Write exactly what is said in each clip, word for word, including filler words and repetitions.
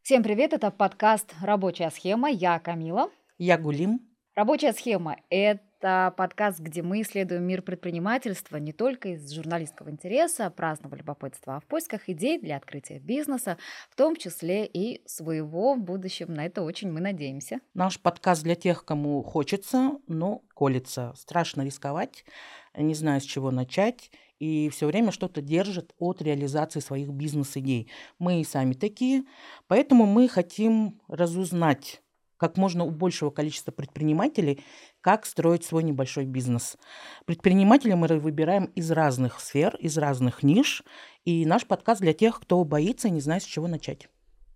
Всем привет, это подкаст «Рабочая схема». Я Камила. Я Гулим. «Рабочая схема» — это подкаст, где мы исследуем мир предпринимательства не только из журналистского интереса, праздного любопытства, а в поисках идей для открытия бизнеса, в том числе и своего в будущем. На это очень мы надеемся. Наш подкаст для тех, кому хочется, но колется. Страшно рисковать, не знаю, с чего начать, и все время что-то держит от реализации своих бизнес-идей. Мы и сами такие, поэтому мы хотим разузнать как можно у большего количества предпринимателей, как строить свой небольшой бизнес. Предпринимателей мы выбираем из разных сфер, из разных ниш, и наш подкаст для тех, кто боится и не знает, с чего начать.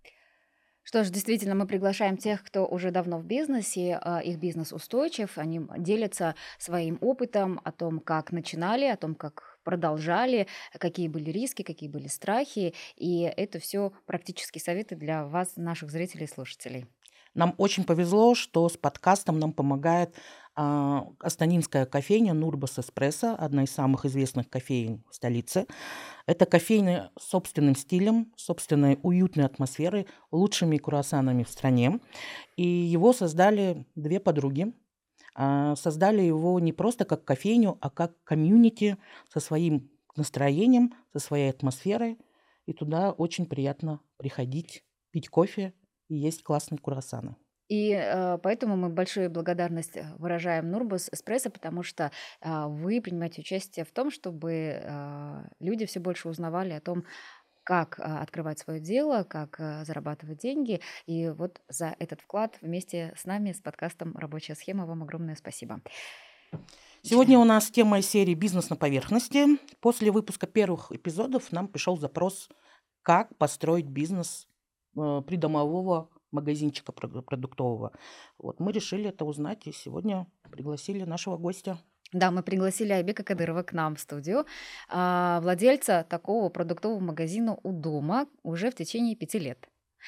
Что ж, действительно, мы приглашаем тех, кто уже давно в бизнесе, а, их бизнес устойчив, они делятся своим опытом о том, как начинали, о том, как продолжали, какие были риски, какие были страхи, и это все практические советы для вас, наших зрителей и слушателей. Нам очень повезло, что с подкастом нам помогает а, астанинская кофейня Нурбас Эспрессо, одна из самых известных кофеен в столице. Это кофейня с собственным стилем, собственной уютной атмосферой, лучшими круассанами в стране. И его создали две подруги. А, создали его не просто как кофейню, а как комьюнити со своим настроением, со своей атмосферой. И туда очень приятно приходить, пить кофе и есть классные круассаны. И э, поэтому мы большую благодарность э, выражаем Нурбас Эспрессо, потому что э, вы принимаете участие в том, чтобы э, люди все больше узнавали о том, как э, открывать свое дело, как э, зарабатывать деньги. И вот за этот вклад вместе с нами, с подкастом «Рабочая схема» вам огромное спасибо. Сегодня у нас тема серии «Бизнес на поверхности». После выпуска первых эпизодов нам пришел запрос, как построить бизнес э, придомового магазинчика про- продуктового. Вот мы решили это узнать и сегодня пригласили нашего гостя. Да, мы пригласили Айбека Кадырова к нам в студию, а, владельца такого продуктового магазина у дома уже в течение пяти лет.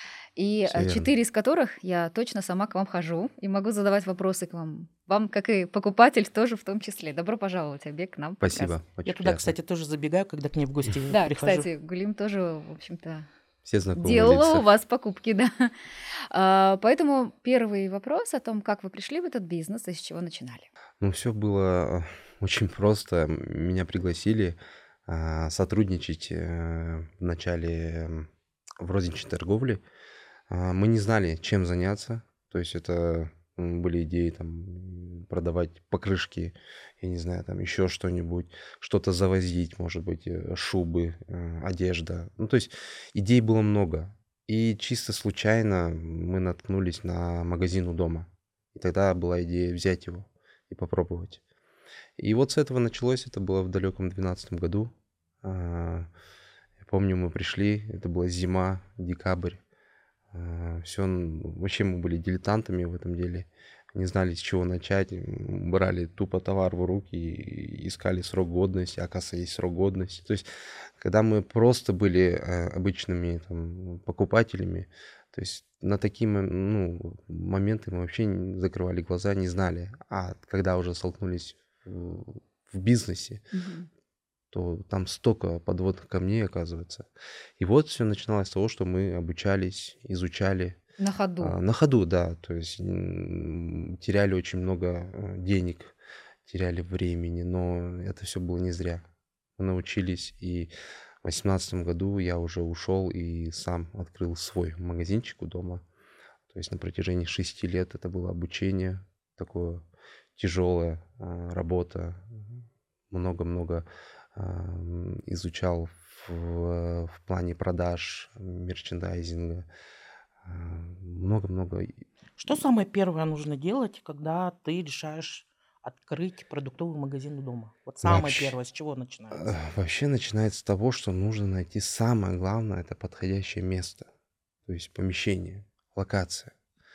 И Все э, верно. четыре из которых я точно сама к вам хожу и могу задавать вопросы к вам. Вам, как и покупатель, тоже в том числе. Добро пожаловать, Айбек, к нам в подкаст. Спасибо, Я очень туда, приятно. кстати, тоже забегаю, когда к ней в гости Да, прихожу. кстати, Гулим тоже, в общем-то, Все знакомые делала лица. у вас покупки, да. А, Поэтому первый вопрос о том, как вы пришли в этот бизнес и с чего начинали. Ну, все было очень просто. Меня пригласили а, сотрудничать э, в начале м, в розничной торговле. А, Мы не знали, чем заняться. То есть это м, были идеи там продавать покрышки, я не знаю, там еще что-нибудь, что-то завозить, может быть, э, шубы, э, одежда. Ну, то есть идей было много. И чисто случайно мы наткнулись на магазин у дома. И тогда была идея взять его и попробовать. И вот с этого началось, это было в далеком двенадцатом году. А, Я помню, мы пришли, это была зима, декабрь. Все, вообще мы были дилетантами в этом деле, не знали, с чего начать, м, брали тупо товар в руки и искали срок годности, оказывается, есть срок годности. То есть, когда мы просто были э, обычными там, покупателями, то есть на такие мо- ну, моменты мы вообще не закрывали глаза, не знали. А когда уже столкнулись в, в бизнесе, Мгм. то там столько подводных камней оказывается. И вот все начиналось с того, что мы обучались, изучали. На ходу. А, На ходу, да, то есть м, теряли очень много э, денег, теряли времени, но это все было не зря. Мы научились, и в восемнадцатом году я уже ушел и сам открыл свой магазинчик у дома. То есть на протяжении шести лет это было обучение, такое тяжелая а, работа, много-много а, м, изучал в, в плане продаж, мерчендайзинга, а, много-много. Что самое первое нужно делать, когда ты решаешь открыть продуктовый магазин у дома? Вот самое Вообще, первое, с чего э, начинается? вообще начинается с того, что нужно найти самое главное, это подходящее место, то есть помещение, локация.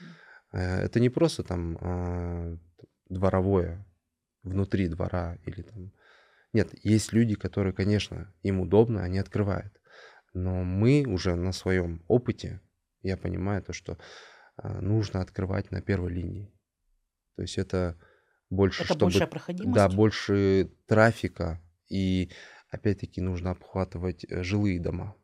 Э, Это не просто там а, дворовое, внутри двора или там. Нет, есть люди, которые, конечно, им удобно, они открывают. Но мы уже на своем опыте, я понимаю то, что а, нужно открывать на первой линии. То есть это больше, Это большая чтобы, да, проходимость? больше трафика, и опять-таки нужно обхватывать э, жилые дома.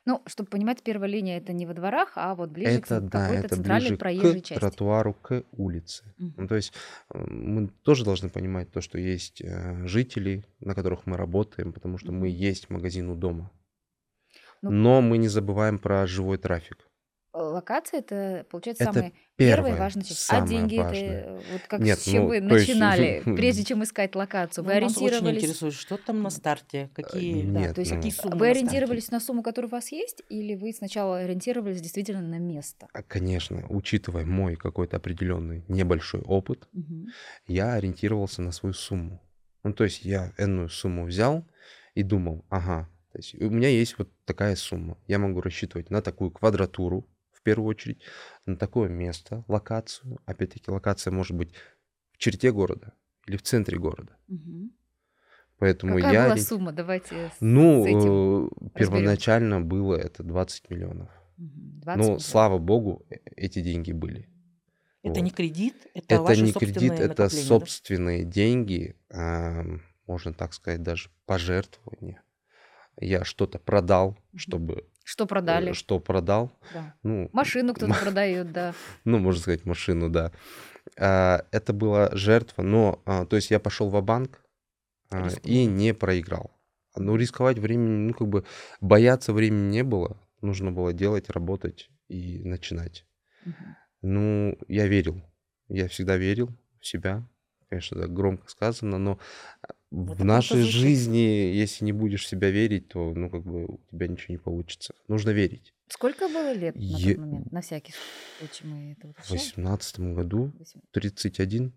Ну, чтобы понимать, первая линия это не во дворах, а вот ближе к Это цен- да, какой-то это центральной ближе проезжей к части. тротуару, к улице. Ну, Мгм. то есть э, мы тоже должны понимать то, что есть э, жители, на которых мы работаем, потому что мы Мгм. есть магазин у дома. Ну, Но мы не забываем про живой трафик. э, локация это, получается, Это самая первая первое, важная часть. А самое деньги это важное. э, вот как с Нет, чем ну, вы то есть, начинали, прежде чем искать локацию? Вы Ну, нас очень ориентировались? интересует, что там на старте, э, какие, Да, нет, то есть какие ну, суммы вы на старте. ориентировались на сумму, которая у вас есть, или вы сначала ориентировались действительно на место? а, конечно, учитывая мой какой-то определенный небольшой опыт, Мгм. я ориентировался на свою сумму. Ну, то есть я энную сумму взял и думал, ага, то есть у меня есть вот такая сумма. Я могу рассчитывать на такую квадратуру, в первую очередь, на такое место, локацию. Опять-таки, локация может быть в черте города или в центре города. Мгм. Поэтому Какая я была ориентировался. сумма? Давайте с с этим Ну, э, разберемся. первоначально было это двадцать миллионов. Мгм. двадцать Но, миллионов. слава богу, э- эти деньги были. Это не Вот. кредит, это Это ваши не кредит, собственные это накопления, да? собственные деньги, ам, можно так сказать, даже пожертвования. Я что-то продал, Мгм. чтобы Что э, продали? что продал, Да. ну, Машину кто-то продает, да. ну, можно сказать, машину, да. А, Это была жертва, но, а, то есть я пошел ва-банк а, и Рискнули. не проиграл. Ну, Мгм. рисковать времени, ну, как бы бояться времени не было. Нужно было делать, работать и начинать. Мгм. Ну, я верил. Я всегда верил в себя. Конечно, так громко сказано, но а, в Это круто нашей звучит. жизни, если не будешь в себя верить, то, ну, как бы у тебя ничего не получится. Нужно верить. Сколько было лет на тот Е- момент? На всякий случай мы это В уточняем. восемнадцатом году Восемь- тридцать один.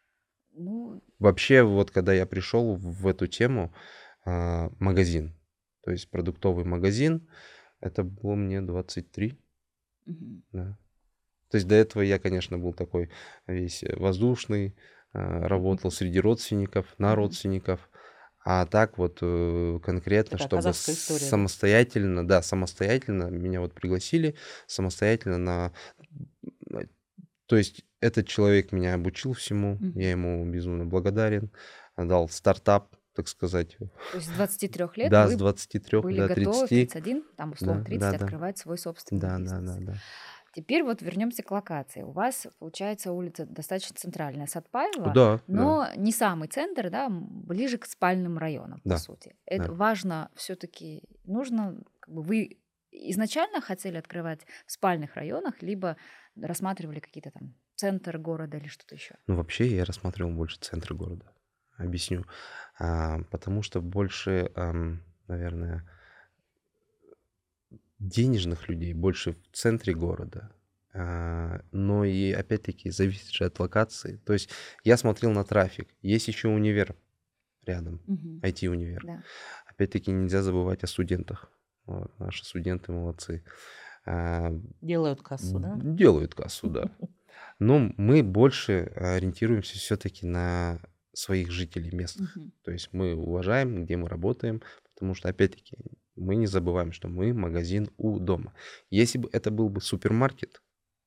Ну, Вообще, вот когда я пришел в эту тему, а, магазин, то есть продуктовый магазин, это было мне двадцать три, мгм. да. То есть до этого я, конечно, был такой весь э, воздушный, а, работал среди родственников, на Мгм. родственников. А так вот э, конкретно, Такая чтобы казахская история, да? самостоятельно, да, самостоятельно меня вот пригласили, самостоятельно на... на- То есть этот человек меня обучил всему, я Мгм. ему безумно благодарен, дал стартап, так сказать, То есть с двадцати трёх лет да, с вы двадцати трёх были до готовы в тридцати, тридцать один, там условно да, тридцать, да, да, открывать свой собственный да, да, бизнес. да, да, Теперь вот вернемся к локации. У вас, получается, улица достаточно центральная, Сатпаева, да, да, но не самый центр, да, м, ближе к спальным районам, по да, сути. Это да. важно все-таки, нужно, как бы вы изначально хотели открывать в спальных районах, либо рассматривали какие-то там центр города или что-то еще? Ну, вообще я рассматривал больше центр города. Объясню. А, потому что больше, ам, наверное, денежных людей, больше в центре города. А, но и опять-таки зависит же от локации. То есть я смотрел на трафик. Есть еще универ рядом, Мгм. ай ти-универ. Да. Опять-таки нельзя забывать о студентах. Вот, наши студенты молодцы. А, Делают кассу, да? Делают кассу, да. Но мы больше ориентируемся все-таки на своих жителей местных. Мгм. То есть мы уважаем, где мы работаем, потому что, опять-таки, мы не забываем, что мы магазин у дома. Если бы это был бы супермаркет,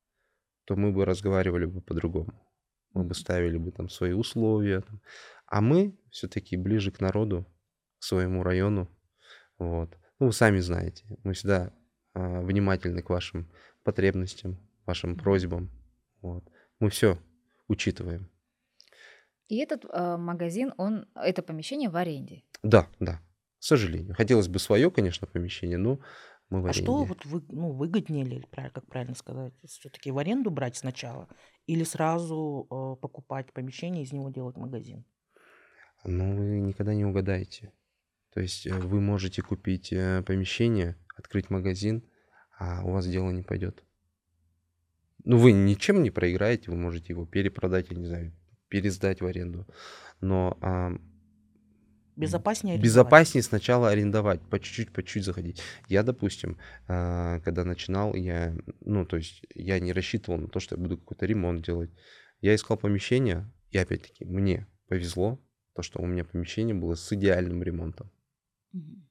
то мы бы разговаривали бы по-другому. Мы бы Мгм. ставили бы там свои условия. там. А мы все-таки ближе к народу, к своему району. Вот. Ну, вы сами знаете, мы всегда а, внимательны к вашим потребностям, вашим Мгм. просьбам. Вот. Мы все учитываем. И этот а, магазин, он, это помещение в аренде. Да, да, к сожалению. Хотелось бы свое, конечно, помещение, но мы в А что аренде. вот вы, ну, выгоднее, или правильно, как правильно сказать, все-таки в аренду брать сначала или сразу э, покупать помещение и из него делать магазин? Но вы никогда не угадаете. То есть э, вы можете купить э, помещение, открыть магазин, а у вас дело не пойдет. Ну, вы ничем не проиграете, вы можете его перепродать, я не знаю, пересдать в аренду. Но а, Безопаснее арендовать. безопаснее сначала арендовать, по чуть-чуть, по чуть-чуть заходить. Я, допустим, а, когда начинал, я, ну, то есть я не рассчитывал на то, что я буду какой-то ремонт делать. Я искал помещение, и опять-таки мне повезло, то, что у меня помещение было с идеальным ремонтом. Мгм.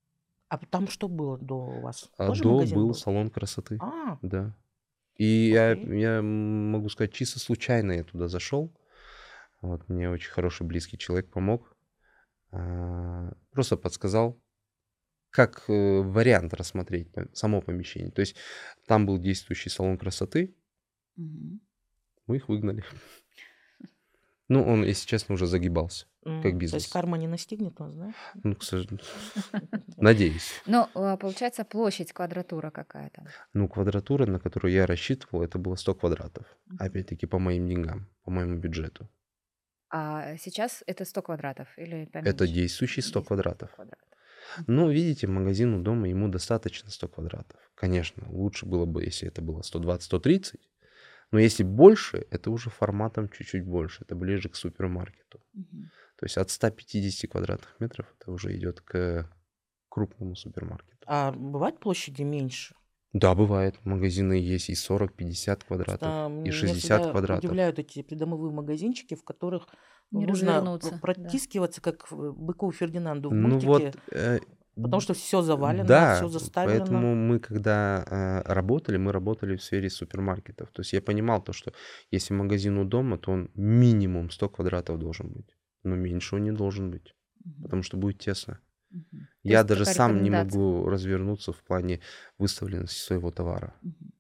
А там что было до вас? А Тоже до магазин был был? салон красоты, А, да. И я, окей. я могу сказать, чисто случайно я туда зашел. Вот, мне очень хороший близкий человек помог. А, Просто подсказал, как э, вариант рассмотреть по- само помещение. То есть там был действующий салон красоты, Мгм. мы их выгнали. Ну, он, если честно, уже загибался как М, То есть бизнес. карма не настигнет вас, да? Ну, к сожалению, надеюсь. Ну, а, получается, площадь, квадратура какая там? Ну, квадратура, на которую я рассчитывал, это было сто квадратов. Мгм. Опять-таки по моим деньгам, по моему бюджету. А сейчас это сто квадратов или Это поменьше? действующий сто Есть сто квадратов. квадратов. Мгм. Ну, видите, магазину дома ему достаточно сто квадратов. Конечно, лучше было бы, если это было сто двадцать - сто тридцать. Но если больше, это уже форматом чуть-чуть больше. Это ближе к супермаркету. Мгм. То есть от ста пятидесяти квадратных метров это уже идет к крупному супермаркету. А бывают площади меньше? Да, бывает. Магазины есть и сорок, пятьдесят квадратов, Просто и меня шестьдесят всегда квадратов. удивляют эти придомовые магазинчики, в которых ну, Не нужно п- развернуться, да. протискиваться, как в- быку Фердинанду в Ну мультике, вот, э, потому что все завалено, все да, заставлено. поэтому мы, когда э, работали, мы работали в сфере супермаркетов. То есть я понимал то, что если магазин у дома, то он минимум сто квадратов должен быть. Но меньше он не должен быть, Мгм. потому что будет тесно. Мгм. То Я есть даже такая сам не рекомендация. могу развернуться в плане выставленности своего товара. Мгм.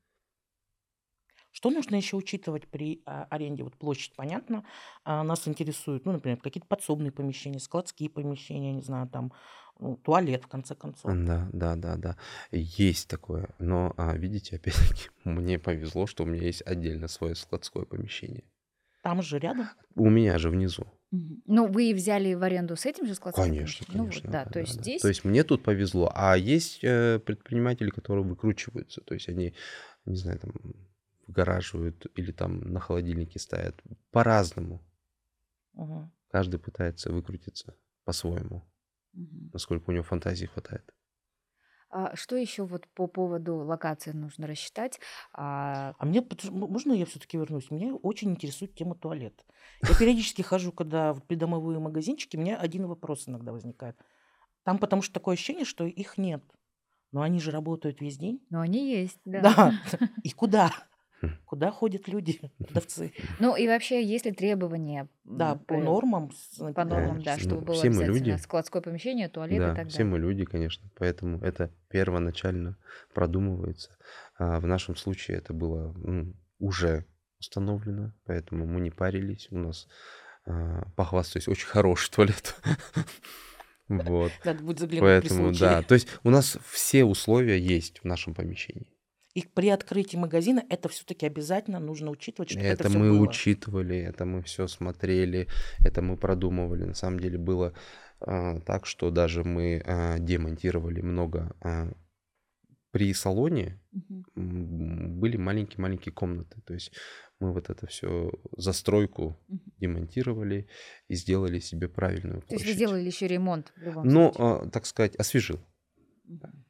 Что нужно еще учитывать при а, аренде? Вот площадь, понятно, а, нас интересует, ну, например, какие-то подсобные помещения, складские помещения, не знаю, там, ну, туалет, в конце концов. Да, да, да, да. Есть такое. Но, а, видите, опять-таки, мне повезло, что у меня есть отдельно свое складское помещение. Там же рядом. У меня же внизу. Мгм. Ну, вы взяли в аренду с этим же складским Конечно, помещением? Ну вот, конечно, да. да, То да, есть да. здесь, То есть мне тут повезло. А есть э, предприниматели, которые выкручиваются. То есть они, не знаю, там выгораживают или там на холодильнике ставят. По-разному. Мгм. Каждый пытается выкрутиться по-своему, Мгм. насколько у него фантазии хватает. А что еще вот по поводу локации нужно рассчитать? А, А мне, пот- м- можно я все-таки вернусь? Меня очень интересует тема туалет. Я периодически хожу, когда в придомовые магазинчики, у меня один вопрос иногда возникает. Там потому что такое ощущение, что их нет. Но они же работают весь день. Ну, они есть, да. Да. И куда? Хм. Куда ходят люди, продавцы? Ну и вообще, есть ли требования Да, м, по по, нормам по санитарным. нормам, да, Конечно. чтобы Ну, было все мы обязательно люди. складское помещение, туалет и Да, так все мы далее? люди, конечно, поэтому это первоначально продумывается. А в нашем случае это было м, уже установлено, поэтому мы не парились. У нас, а, похвастаюсь, очень хороший туалет. Вот. Надо будет заглянуть при Поэтому, да. случае. То есть у нас все условия есть в нашем помещении. И при открытии магазина это все-таки обязательно нужно учитывать, чтобы это Это все мы было. учитывали, это мы все смотрели, это мы продумывали. На самом деле было а, так, что даже мы а, демонтировали много а, при салоне. Мгм. м, Были маленькие-маленькие комнаты. То есть мы вот это все застройку Мгм. демонтировали и сделали себе правильную То есть вы площадь. сделали еще ремонт в любом Ну, случае? а, так сказать, освежил. Мгм.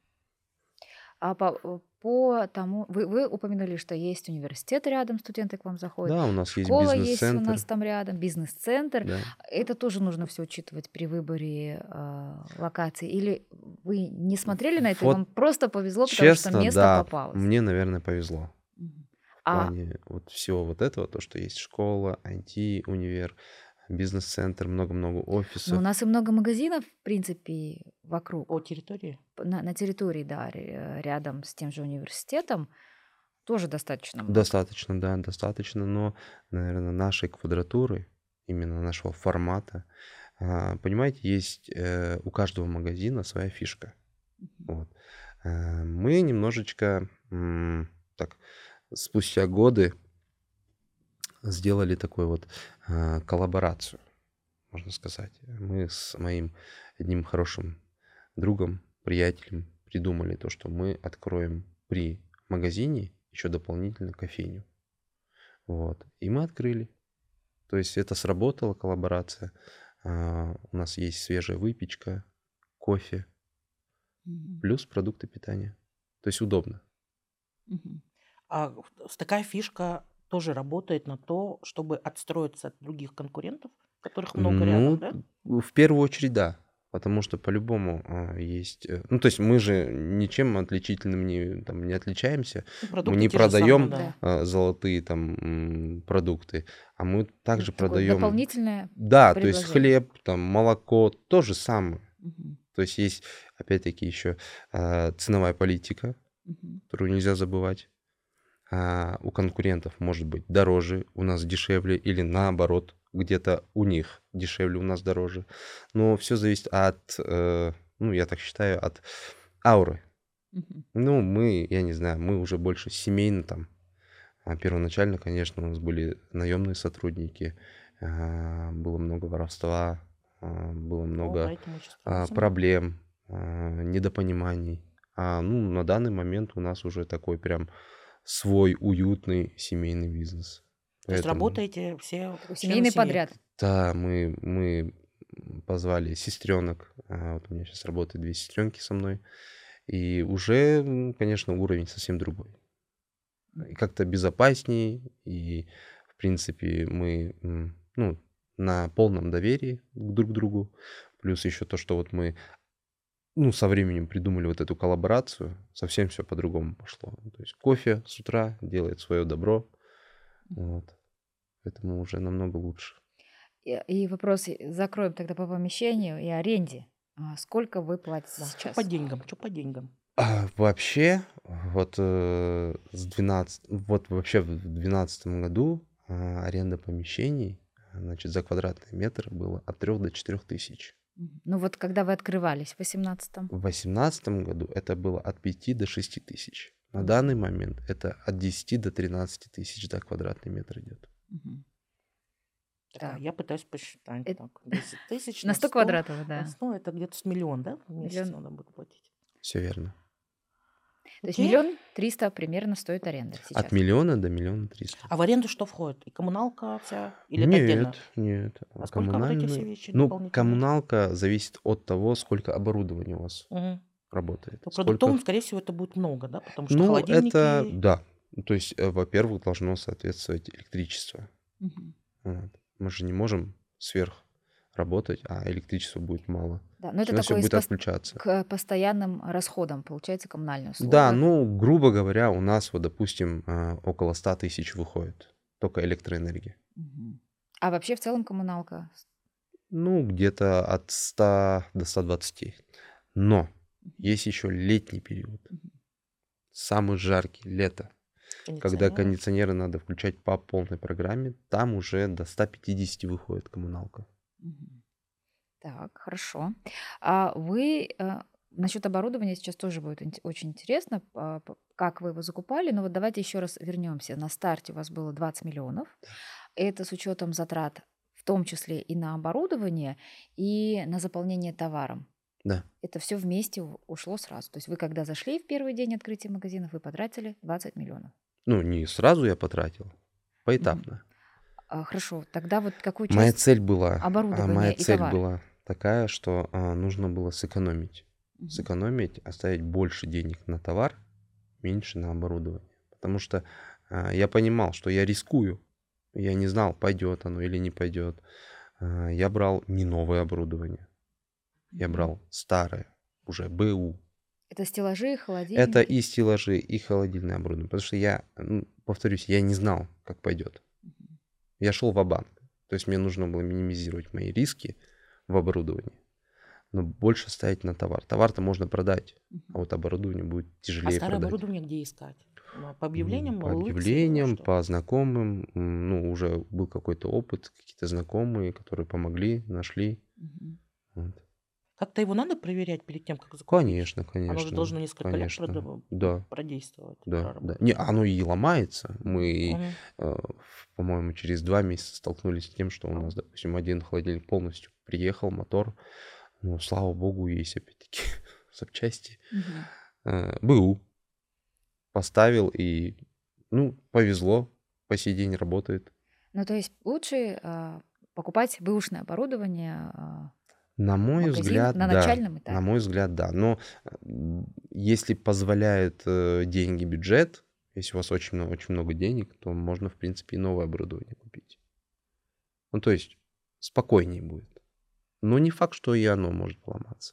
А по, э, по тому, вы, вы упомянули, что есть университет рядом, студенты к вам заходят, Да, у нас есть школа есть у бизнес-центр. нас там рядом, бизнес-центр. Да. Это тоже нужно все учитывать при выборе а, локации. Или вы не смотрели на это, и Вот вам просто повезло, потому что честно, место да, попалось? мне, наверное, повезло. Мгм. В А плане вот всего вот этого, то, что есть школа, ай ти, универ, бизнес-центр, много-много ну, у офисов. нас и много магазинов, в принципе, вокруг, По территории. п- на, на территории, да, ре- рядом с тем же университетом, тоже достаточно много. Достаточно, да, достаточно, но, наверное, нашей квадратуры, именно нашего формата, а, понимаете, есть э, у каждого магазина своя фишка. Мгм. Вот. Э, Мы немножечко м, так спустя годы сделали такую вот а, коллаборацию, можно сказать. Мы с моим одним хорошим другом, приятелем придумали то, что мы откроем при магазине еще дополнительно кофейню. Вот. И мы открыли. То есть это сработала коллаборация. А, У нас есть свежая выпечка, кофе, Мгм. плюс продукты питания. То есть удобно. Мгм. А в- такая фишка тоже работает на то, чтобы отстроиться от других конкурентов, которых много рядом, да? Ну, в первую очередь, да. Потому что по-любому а, есть... э, Ну, то есть мы же ничем отличительным не, там, не отличаемся. Ну, Мы продукты не те же самые, продаем да. Да. а, золотые там м, продукты, а мы также Это такое продаем... дополнительное Да, то есть предложение. хлеб, там, молоко, то же самое. Мгм. То То есть есть, опять-таки, еще а, ценовая политика, Мгм. которую нельзя забывать. А, у конкурентов может быть дороже, у нас дешевле, или наоборот, где-то у них дешевле, у нас дороже. Но все зависит от, э, ну, я так считаю, от ауры. Мгм. Ну, мы, я не знаю, мы уже больше семейно там. А первоначально, конечно, у нас были наемные сотрудники, а, было много воровства, а, было О, много про это мы еще а, спросим. проблем, а, недопониманий. А, ну, на данный момент у нас уже такой прям свой уютный семейный бизнес. То есть Поэтому, работаете все Такой члены семейный семьи? подряд. да, мы, мы позвали сестренок. А, вот у меня сейчас работают две сестренки со мной. И уже, м, конечно, уровень совсем другой. И Мгм. как-то безопасней, и, в принципе, мы, м, ну, на полном доверии друг к другу. Плюс еще то, что вот мы, ну, со временем придумали вот эту коллаборацию, совсем все по-другому пошло. То есть кофе с утра делает свое добро, вот. Поэтому уже намного лучше. И, и вопрос и- закроем тогда по помещению и аренде. А сколько вы платите Да. Что по сейчас? деньгам? Что по деньгам? А, вообще, вот э, с двенадцать, вот вообще в двенадцатом году а, аренда помещений, а, значит, за квадратный метр было от трех до четырех тысяч. Мгм. Ну вот когда вы открывались в восемнадцатом? В восемнадцатом году это было от пяти до шести тысяч. На Мгм. данный момент это от десяти до тринадцати тысяч, да, квадратный метр идет. Мгм. Так, а Так. я пытаюсь посчитать. Это Так, десять тысяч на на сто сто, квадратов, на да. сто это где-то с миллион, да, в месяц Миллион. надо будет платить. Все верно. То есть Окей. миллион триста примерно стоит аренда От сейчас. миллиона до миллиона триста. А в аренду что входит? И коммуналка вся? Или это отдельно? Нет, нет. А сколько вот эти все Коммунальные. вещи Ну, дополнительные? коммуналка зависит от того, сколько оборудования у вас Мгм. работает. По Сколько. продуктовым, скорее всего, это будет много, да? Потому что Ну, это, холодильники. да. То есть, э, во-первых, должно соответствовать электричество. Мгм. Вот. Мы же не можем сверх работать, а электричества будет мало. Да, но это Всегда все такое из будет пос- отключаться. к постоянным расходам, получается, коммунальные Да, услуги. ну, грубо говоря, у нас, вот, допустим, а, около ста тысяч выходит только электроэнергия. Мгм. А вообще в целом коммуналка? Ну, где-то от ста до ста двадцати. Но Мгм. есть еще летний период, Мгм. самый жаркий, лето, когда Кондиционеры. кондиционеры надо включать по полной программе, там уже до ста пятидесяти выходит коммуналка. Мгм. Так, хорошо. А вы э, насчет оборудования сейчас тоже будет инте- очень интересно, а, п- как вы его закупали. Но вот давайте еще раз вернемся. На старте у вас было двадцать миллионов. Это с учетом затрат, в том числе и на оборудование, и на заполнение товаром. Да. Это все вместе у- ушло сразу. То есть вы когда зашли в первый день открытия магазинов, вы потратили двадцать миллионов. Ну, не сразу я потратил, Мгм. поэтапно. А, хорошо, тогда вот какую Моя часть цель была, а, оборудования моя и цель товара? была такая, что а, нужно было сэкономить. Мгм. Сэкономить, оставить больше денег на товар, меньше на оборудование. Потому что а, я понимал, что я рискую. Я не знал, пойдет оно или не пойдет. А, Я брал не новое оборудование, я Мгм. брал старое, уже БУ. Это стеллажи, Это холодильники. и стеллажи, и холодильное оборудование. Потому что я, ну, повторюсь, я не знал, как пойдет. Мгм. Я шел ва-банк. То есть мне нужно было минимизировать мои риски в оборудовании, но больше ставить на товар. Товар-то можно продать, а Мгм. вот оборудование будет А тяжелее старое продать. оборудование где искать? Ну, по М, объявлениям, По эл эл икс или во объявлениям, что? по знакомым, м, ну, уже был какой-то опыт, какие-то знакомые, которые помогли, нашли. Мгм. Вот. Как-то его надо проверять перед тем, как закупить? Конечно, Оно же конечно, должно несколько лет конечно. продав- Да, продействовать, да, да. проработать. Не, оно и ломается. Мы, Мгм. э, в- по-моему, через два месяца столкнулись с тем, что у А, нас, допустим, один холодильник полностью приехал, мотор. Ну, слава богу, есть опять-таки запчасти. Мгм. Э, БУ поставил и, ну, повезло, по сей день работает. Ну, то есть лучше а, покупать бэушное оборудование а, На в мой магазинах взгляд, на да. начальном На этапе. мой взгляд, да. Но э, м, если позволяют э, деньги, бюджет, если у вас очень много, очень много денег, то можно, в принципе, и новое оборудование купить. Ну, то есть спокойнее будет. Но не факт, что и оно может поломаться.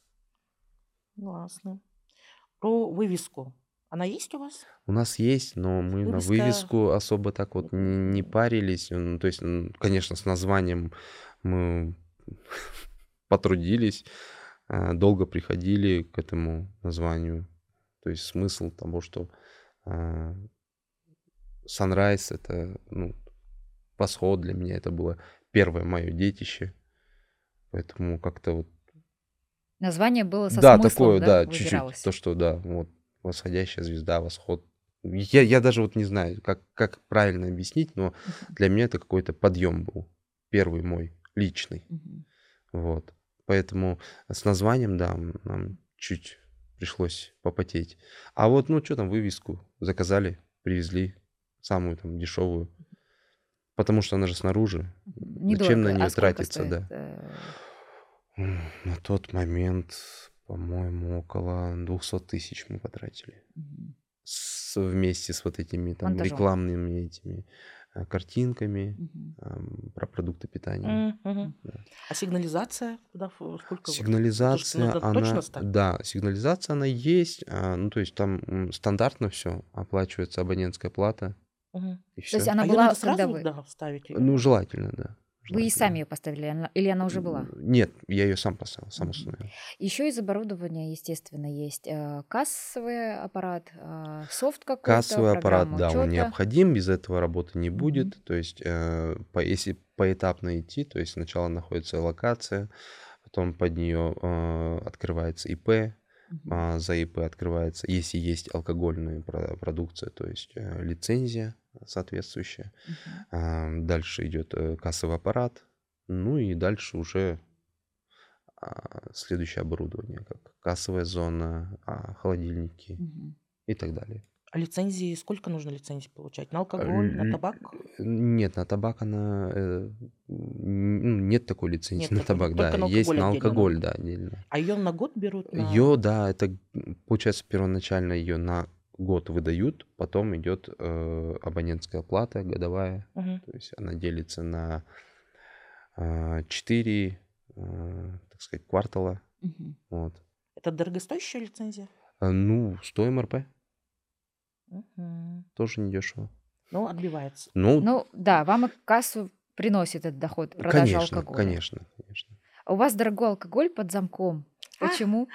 Ясно. Про вывеску. Она есть у вас? У нас есть, но мы на Вывеска. вывеску особо так вот Не- не, не не- парились. Ну, то есть, м, конечно, с названием мы потрудились. а, долго приходили к этому названию. То есть смысл того, что а, Sunrise — это, ну, восход для меня, это было первое мое детище. Поэтому как-то вот, Название было со да, смыслом, такое, да, да, чуть-чуть. выбиралось? То, что, да, вот восходящая звезда, восход. Я, я даже вот не знаю, как, как правильно объяснить, но Мгм. для меня это какой-то подъем был. Первый мой, личный. Мгм. Вот. Поэтому с названием, да, м, нам чуть пришлось попотеть. А вот, ну, что там, вывеску заказали, привезли, самую там дешевую. Потому что она же снаружи. Мгм. Зачем на Недорого. А нее сколько тратиться, стоит? да. э, М, На тот момент, по-моему, около двухсот тысяч мы потратили. мгм, С- вместе с вот этими там монтажом? рекламными этими а, картинками Мгм. ам, про продукты питания. М, мгм. Мгм. Да. А сигнализация? Куда, ф- сколько? вот? Это же Сигнализация, надо точно она, ставить? да, сигнализация, она есть. а, Ну, то есть там м, стандартно все, оплачивается абонентская плата Мгм. и То есть все. она А ее надо была, когда сразу, вы... да, ставить ее? Ну, желательно, да, Вы и сами желательно. ее поставили, она- или она уже была? М, Нет, я ее сам поставил, сам Мгм. установил. Еще из оборудования, естественно, есть э, кассовый аппарат, а, софт какой-то, Кассовый аппарат, программа да, он учета. необходим, без этого работы не Мгм. будет. То есть, э, по- если поэтапно идти, то есть сначала находится локация, потом под нее э, открывается ИП, Мгм. а, за ИП открывается, если есть алкогольная про- продукция, то есть э, лицензия соответствующая. Мгм. А, Дальше идет э, кассовый аппарат, ну и дальше уже а, следующее оборудование, как кассовая зона, а, холодильники Мгм. и так далее. А лицензии, сколько нужно лицензий получать? На А, алкоголь, на л- табак? Нет, на табак она... э, н- ну, нет такой лицензии Нет на такой, табак, только да. на Есть алкоголь на отдельно надо. алкоголь, да, отдельно. А ее на год берут Ее, на... да, это, м, получается, первоначально ее на год выдают, потом идет э, абонентская плата годовая, Мгм. то есть она делится на а, четыре, а, так сказать, квартала, Мгм. вот. Это дорогостоящая лицензия? А, Ну, сто МРП, Мгм. тоже недешево. Ну, отбивается. Ну, Ну да, вам и кассу приносит этот доход, продажа конечно, алкоголя. конечно, конечно. А у вас дорогой алкоголь под замком. А, Почему?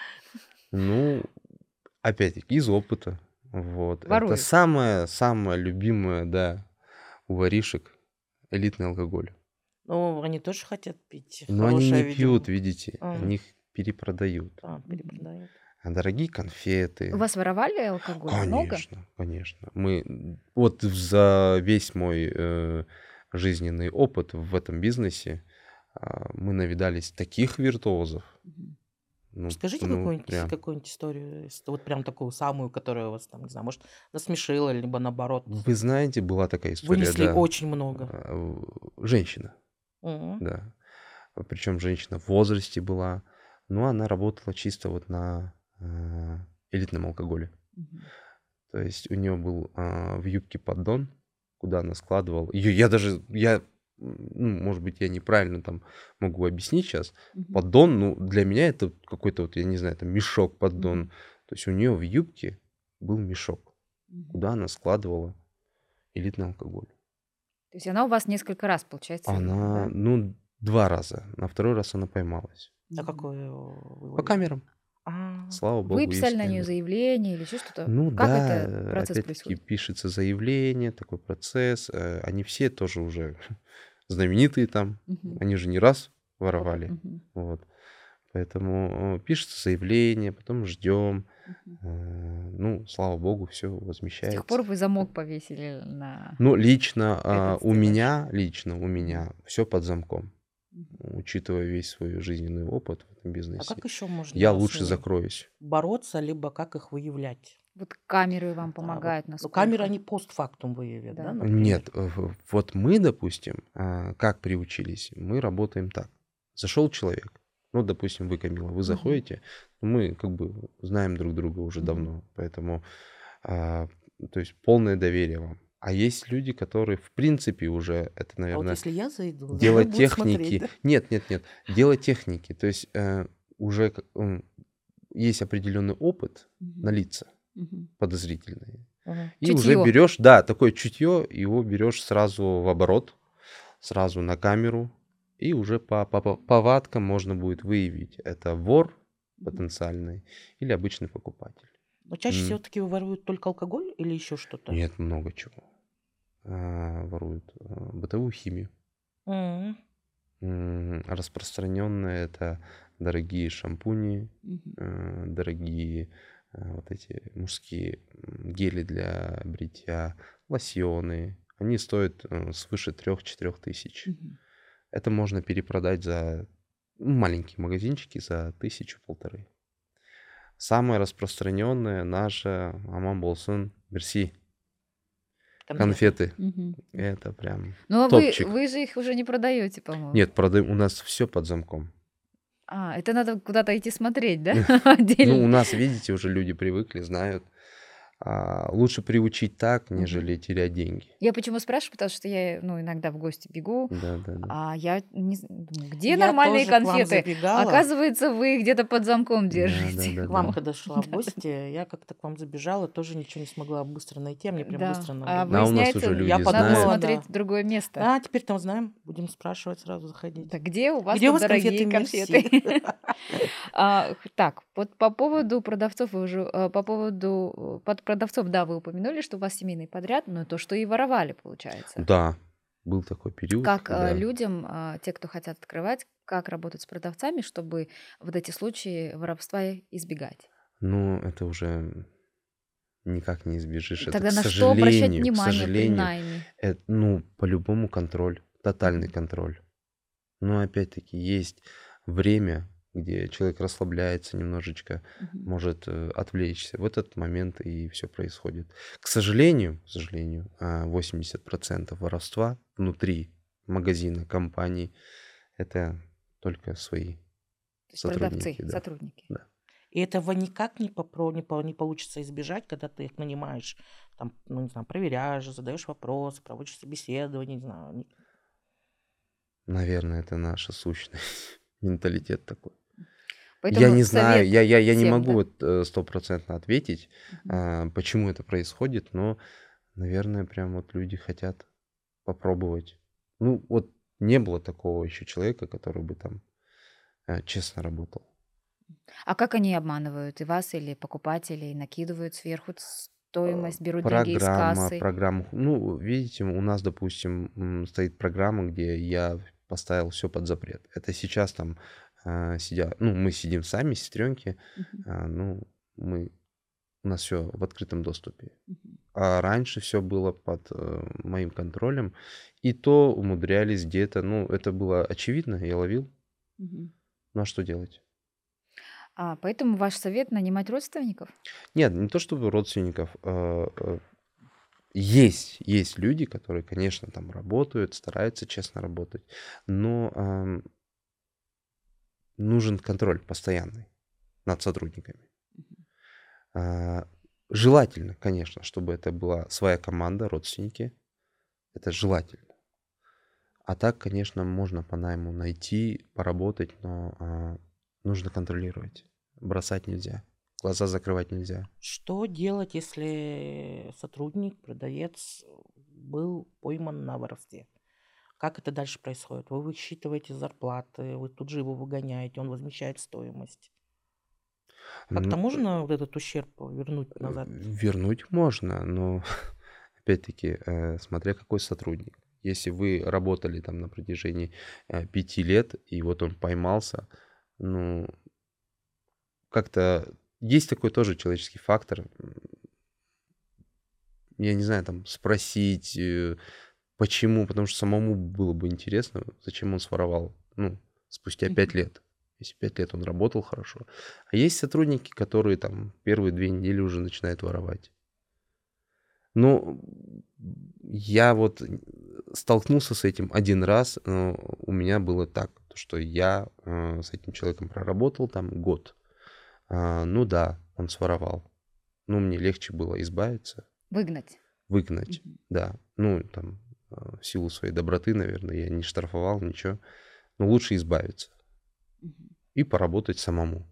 Ну, опять-таки, из опыта. Вот. Это Воруют. самое, самое любимое, да, у воришек элитный алкоголь. ну, они тоже хотят пить Но они хорошее, не пьют, видимо. видите, М. они их перепродают. А, Мгм. перепродают. А дорогие У конфеты. вас воровали алкоголь много? Конечно, конечно. Мы м, вот за весь мой э, жизненный опыт в этом бизнесе а, мы навидались таких виртуозов. Мгм. Ну, Скажите ну какую-нибудь, прям. какую-нибудь историю, с- вот прям такую самую, которая вас там, не знаю, может, насмешила, либо наоборот, Вы знаете, была такая история, вынесли да. очень много. а, в- Женщина, Мгм. да. Причем женщина в возрасте была, но она работала чисто вот на а, элитном алкоголе. Мгм. То есть у нее был а, в юбке поддон, куда она складывала. Ее, я даже, я, м, ну, может быть, я неправильно там могу объяснить сейчас. Мгм. Поддон, ну, для меня это какой-то вот, я не знаю, там мешок, поддон. Мгм. То есть у нее в юбке был мешок, Мгм. куда она складывала элитный алкоголь. То есть она у вас несколько раз, получается, Она, да? ну, два раза. На второй раз она поймалась. А Мгм. какое вы По ловили? камерам. А, Слава Вы богу, есть писали на нее камеры. заявление или еще что-то? Ну Как да, этот э, процесс опять-таки происходит? пишется заявление, такой процесс. э, Они все тоже уже знаменитые там. Мгм. Они же не раз опыт. воровали. Мгм. Вот. Поэтому э, пишется заявление, потом ждем. Мгм. Ну, слава богу, все С тех пор возмещается. вы замок повесили на Ну, лично а, этот у стеллаж. меня, лично у Мгм. меня все под замком. Мгм. Учитывая весь свой жизненный опыт в этом А бизнесе, как еще я можно с лучше ними закроюсь. бороться, либо как их выявлять? Вот камеры вам Да, вот. помогают, Ну, камеры насколько? они постфактум выявят, да, Да. например? Нет, э, в- вот мы, допустим, а, как приучились, мы работаем так. Зашел человек, ну, допустим, вы, Камила, вы Мгм. заходите, мы как бы знаем друг друга уже Мгм. давно, поэтому, а, то есть полное доверие вам. А есть люди, которые, в принципе, уже, это, А вот наверное, если я зайду, дело будут смотреть, техники. да? Нет, нет, нет, дело техники. То есть э, уже как- м, есть определенный опыт на Мгм. лица Мгм. подозрительные. Мгм. И уже Чутье. берешь, да, такое чутье, его берешь сразу в оборот, сразу на камеру, и уже по, по по- повадкам можно будет выявить, это вор Мгм. потенциальный или обычный покупатель. Но чаще М, всего-таки воруют только алкоголь или еще что-то? Нет, много чего. А, Воруют а, бытовую химию. М, М, Распространенные это дорогие шампуни, Мгм. э, дорогие э, вот эти мужские м, гели для бритья, лосьоны. Они стоят э, свыше трех-четырех тысяч. Мгм. Это можно перепродать за ну, маленькие магазинчики за тысячу-полторы. Самое распространенное наше Аман Болсын Мерси. Конфеты. Конфеты. Мгм. Это прям Ну, а вы, топчик. вы же их уже не продаете, по-моему. Нет, продаем, у нас все под замком. А, это надо куда-то идти смотреть, да? Ну, Отдельно. у нас, видите, уже люди привыкли, знают. А, Лучше приучить так, Мгм. нежели терять деньги. Я почему спрашиваю, потому что я, ну, иногда в гости бегу, Да, да, да. а я не з- думаю, где Я нормальные тоже к вам конфеты? забегала. Оказывается, вы их где-то под замком Да, да, держите. да, К вам да. когда шла в гости, я как-то к вам забежала, тоже ничего не смогла быстро найти, а мне прям Да, быстро а надо А было. у нас уже выясняется, люди Я надо знают. подумала, смотреть да. в другое место. А, теперь там знаем, будем спрашивать, сразу заходить. Да где у вас Где у тут вас конфеты дорогие Мерси? конфеты? А, х- Так, вот по поводу продавцов, вы уже, э, по поводу э, под продавцов, да, вы упомянули, что у вас семейный подряд, но то, что и воровали, получается. Да, был такой период, Как э, когда... людям, а, те, кто хотят открывать, как работать с продавцами, чтобы вот эти случаи воровства избегать? Ну, это уже никак не избежишь. Это, Тогда к на что обращать сожалению, к внимание при сожалению, найме? это, ну, по-любому контроль, тотальный Мгм. контроль. Но опять-таки есть время, где человек расслабляется немножечко, Мгм. может э, отвлечься. В этот момент и все происходит. К сожалению, к сожалению, а, восемьдесят процентов воровства внутри магазина, компании, это только свои То есть продавцы, сотрудники, да. сотрудники. Да. И этого никак не, попро- не, по- не получится избежать, когда ты их нанимаешь, там, ну, не знаю, проверяешь, задаешь вопросы, проводишь собеседование, не знаю. не- Наверное, это наша сущность, менталитет такой. Я Поэтому не знаю, совет я, я, я не всем, могу да? вот э, стопроцентно ответить, Мгм. а, почему это происходит, но, наверное, прям вот люди хотят попробовать. Ну, вот не было такого еще человека, который бы там э, честно работал. А как они обманывают и вас, или покупателей, накидывают сверху стоимость, берут деньги из Программа, кассы? программа. Ну, видите, у нас, допустим, м, стоит программа, где я поставил все под запрет. Это сейчас там а, сидят, ну, мы сидим сами, сестренки, Мгм. ну, мы, у нас все в открытом доступе. Мгм. А раньше все было под э, моим контролем, и то умудрялись где-то, ну, это было очевидно, я ловил, Мгм. ну, а что делать? А, поэтому ваш совет нанимать родственников? Нет, не то чтобы родственников, э, э, есть, есть люди, которые, конечно, там работают, стараются честно работать, но ам, нужен контроль постоянный над сотрудниками. Мгм. А, Желательно, конечно, чтобы это была своя команда, родственники. Это желательно. А так, конечно, можно по найму найти, поработать, но а, нужно контролировать. Бросать нельзя. Глаза закрывать нельзя. Что делать, если сотрудник, продавец был пойман на воровстве? Как это дальше происходит? Вы высчитываете зарплаты, вы тут же его выгоняете, он возмещает стоимость. Как-то Ну, можно вот этот ущерб вернуть э, назад? вернуть можно, но опять-таки, э, смотря какой сотрудник. Если вы работали там на протяжении э, пяти лет, и вот он поймался, ну, как-то есть такой тоже человеческий фактор. М, Я не знаю, там спросить, э, почему, потому что самому было бы интересно, зачем он своровал, ну, спустя пять Мгм. лет. Если пять лет он работал хорошо. А есть сотрудники, которые там первые две недели уже начинают воровать. Ну, я вот столкнулся с этим один раз. но У меня было так, то что я э, с этим человеком проработал там год. А, Ну да, он своровал. Ну, мне легче было избавиться, Выгнать. выгнать. Мгм. Да, ну, там, э, в силу своей доброты, наверное, я не штрафовал, ничего. Но лучше избавиться Мгм. и поработать самому.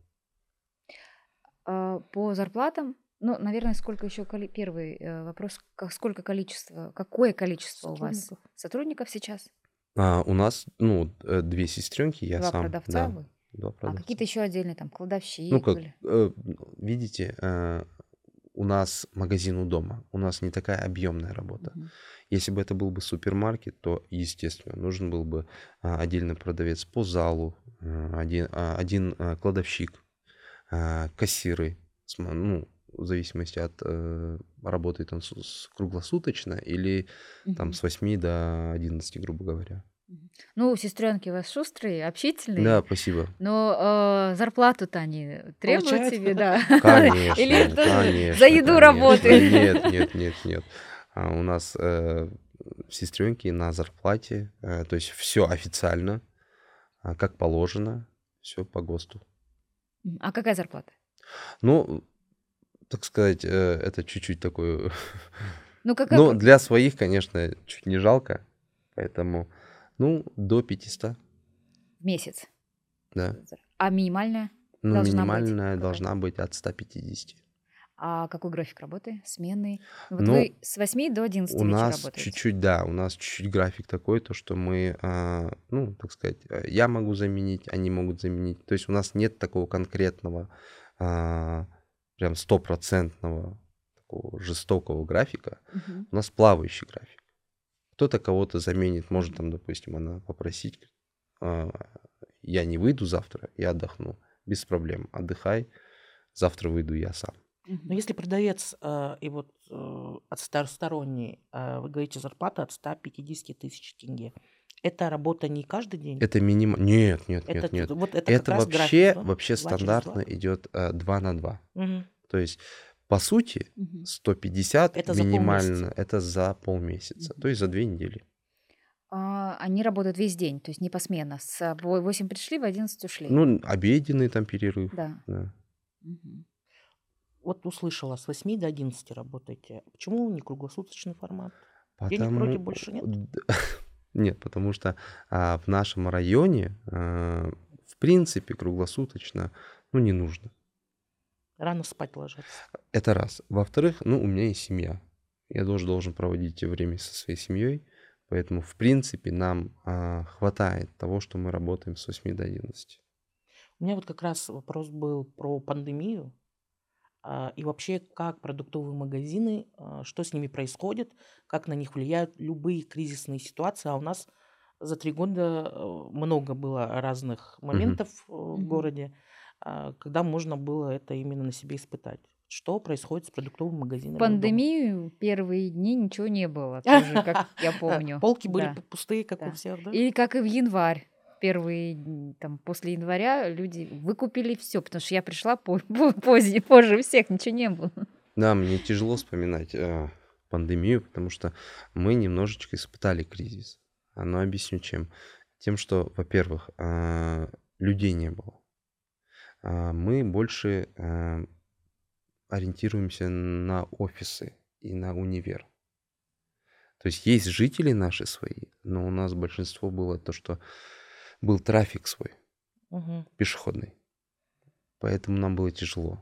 А, по зарплатам, ну, наверное, сколько еще первый э, вопрос, как, сколько количество, какое количество у вас Сотрудников. сотрудников сейчас? А у нас, ну, э, две сестренки, я Два сам, продавца да. вы? два А продавца. какие-то еще отдельные, там, Ну кладовщик как, или... э, видите, э, у нас магазин у дома, у нас не такая объемная работа. Мгм. Если бы это был бы супермаркет, то, естественно, нужен был бы а, отдельный продавец по залу, э, один, а, один а, кладовщик, а, кассиры, см- ну, в зависимости от э, работает он с- с- круглосуточно или там Мгм. с восьми до одиннадцати, грубо говоря. Мгм. Ну, сестренки у вас шустрые, общительные, Да, спасибо. но э, зарплату-то они требуют Получает? себе, да? Или Конечно, это за конечно, еду конечно. работает? Нет, нет, нет, нет. А у нас э, сестренки на зарплате, э, то есть все официально, а, как положено, все по ГОСТу. М, А какая зарплата? Ну, так сказать, э, это чуть-чуть такое. Ну, какая... Ну, про- для своих, конечно, чуть не жалко, поэтому, ну, до пятисот, В месяц? да. Зар- А минимальная Ну, должна быть минимальная какая? должна быть от ста пятидесяти. А какой график работы? Сменный? Ну, вот Ну, вы с восьми до одиннадцати у вечера нас работаете. чуть-чуть, да, у нас чуть-чуть график такой, то, что мы, а, ну, так сказать, э, я могу заменить, они могут заменить. То есть у нас нет такого конкретного, а, прям стопроцентного такого жестокого графика. Мгм. У нас плавающий график. Кто-то кого-то заменит, может там, допустим, она попросить, а, я не выйду завтра, я отдохну. Без проблем, отдыхай, завтра выйду я сам. Но Мгм. если продавец э, и вот э, от старосторонний, э, вы говорите, зарплата от ста пятидесяти тысяч тенге. Это работа не каждый день? Это минимум. Нет, нет, Это, нет, нет. т- вот это как Это раз график, вообще, да? вообще Два через стандартно два? идет э, два на два. Мгм. То есть, по сути, Мгм. сто пятьдесят Это за полмесяца. минимально это за полмесяца, то есть за две недели. А, они работают весь день, то есть не посменно. С во- восемь пришли, в одиннадцать ушли. Ну, обеденный там перерыв. Да. Да. Мгм. Вот услышала, с восьми до одиннадцати работаете. Почему не круглосуточный формат? Денег Потому вроде больше нет. д- нет, потому что а, в нашем районе, а, в принципе, круглосуточно, ну, не нужно. Рано спать ложатся. Это раз. Во-вторых, ну, у меня есть семья. Я тоже должен проводить время со своей семьей. Поэтому, в принципе, нам а, хватает того, что мы работаем с восьми до одиннадцати. У меня вот как раз вопрос был про пандемию. а, И вообще, как продуктовые магазины, а, что с ними происходит, как на них влияют любые кризисные ситуации. А у нас за три года э, много было разных Мгм. моментов э, в Мгм. городе, а, когда можно было это именно на себе испытать. Что происходит с продуктовыми В магазинами дома? пандемию первые дни ничего не было, тоже, как я помню. Полки были Да, пу- пустые, как у да. всех, да? И как и в январь. Первые, дни, там, после января люди выкупили все, потому что я пришла по- по- позднее, позже всех, ничего не было. Да, мне тяжело вспоминать э, пандемию, потому что мы немножечко испытали кризис. А, Но объясню чем. Тем, что, во-первых, а, людей не было. А, Мы больше э, ориентируемся на офисы и на универ. То есть есть жители наши свои, но у нас большинство было то, что был трафик свой, Мгм. пешеходный. Поэтому нам было тяжело.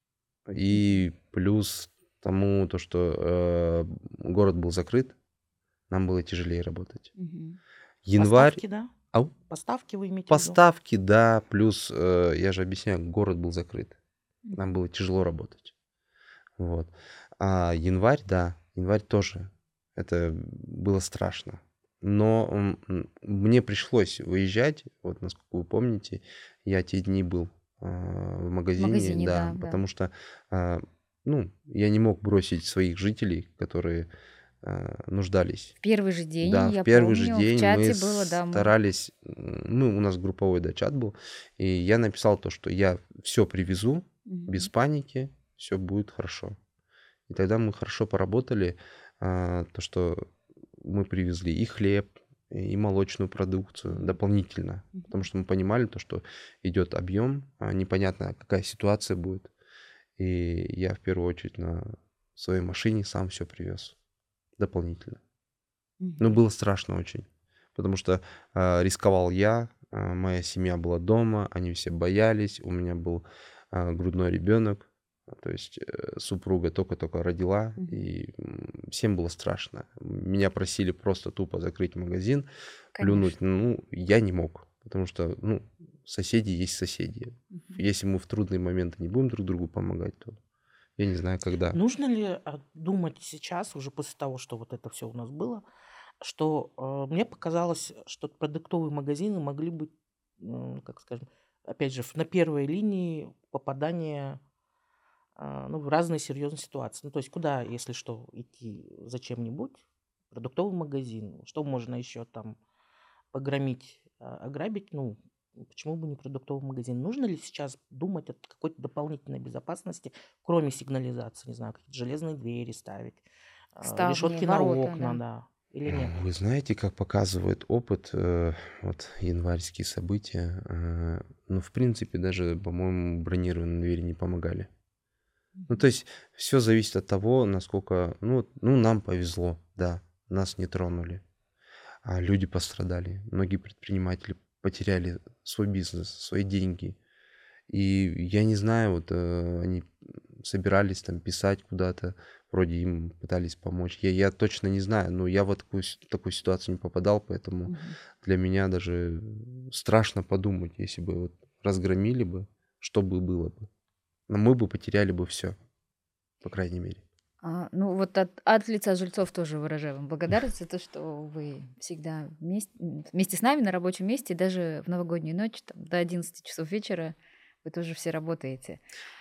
И плюс тому, то, что э, город был закрыт, нам было тяжелее работать. Мгм. Январь, Поставки, да? ау, Поставки вы имеете в виду? поставки, да, плюс, э, я же объясняю, город был закрыт. Нам Мгм. было тяжело работать. Вот. А январь, да, январь тоже. Это было страшно. Но м, м, мне пришлось выезжать, вот насколько вы помните, я те дни был а, в В магазине, магазине, да, да, да. потому что, а, ну, я не мог бросить своих жителей, которые а, нуждались. В первый же день, Да, в я первый же помню, в день мы чате было, да, мы... старались, м, мы, у нас групповой, да, чат был, и я написал то, что я все привезу, без Мгм. паники, все будет хорошо. И тогда мы хорошо поработали, а, то, что мы привезли и хлеб, и молочную продукцию Мгм. дополнительно, потому Мгм. что мы понимали то, что идет объем, а непонятно, какая ситуация будет. И я в первую очередь на своей машине сам все привез дополнительно. Ну, Мгм. было страшно очень, потому что а, рисковал я, а, моя семья была дома, они все боялись, у меня был а, грудной ребенок, а, то есть э, супруга только-только родила, Мгм. и м, всем было страшно. Меня просили просто тупо закрыть магазин, Конечно. плюнуть, ну, я не мог, потому что, ну, соседи есть соседи. Мгм. Если мы в трудные моменты не будем друг другу помогать, то я не знаю, когда. Нужно ли а, думать сейчас, уже после того, что вот это все у нас было, что э, мне показалось, что продуктовые магазины могли быть, м, как скажем, опять же, в- на первой линии попадания а, ну, в разные серьезные ситуации. Ну, то есть куда, если что, идти зачем-нибудь, продуктовый магазин, что можно еще там погромить, а, ограбить, ну, почему бы не продуктовый магазин? Нужно ли сейчас думать о какой-то дополнительной безопасности, кроме сигнализации, не знаю, какие-то железные двери ставить, а, Ставни, решетки на ворота, окна, да. да, или нет? Вы знаете, как показывает опыт, э, вот январские события, э, ну, в принципе, даже, по-моему, бронированные двери не помогали. Ну, то Мгм. есть все зависит от того, насколько, ну, вот, ну, нам повезло, да, нас не тронули, а люди пострадали. Многие предприниматели потеряли свой бизнес, свои деньги. И я не знаю, вот э, они собирались там писать куда-то, вроде им пытались помочь. Я, я точно не знаю, но я в такую, с- такую ситуацию не попадал, поэтому Мгм. для меня даже страшно подумать, если бы вот разгромили бы, что бы было бы. Но мы бы потеряли бы все, по крайней мере. А, ну, вот от, от лица жильцов тоже выражаю вам благодарность за то, что вы всегда вместе, м, вместе с нами на рабочем месте, даже в новогоднюю ночь там, до одиннадцати часов вечера вы тоже все работаете.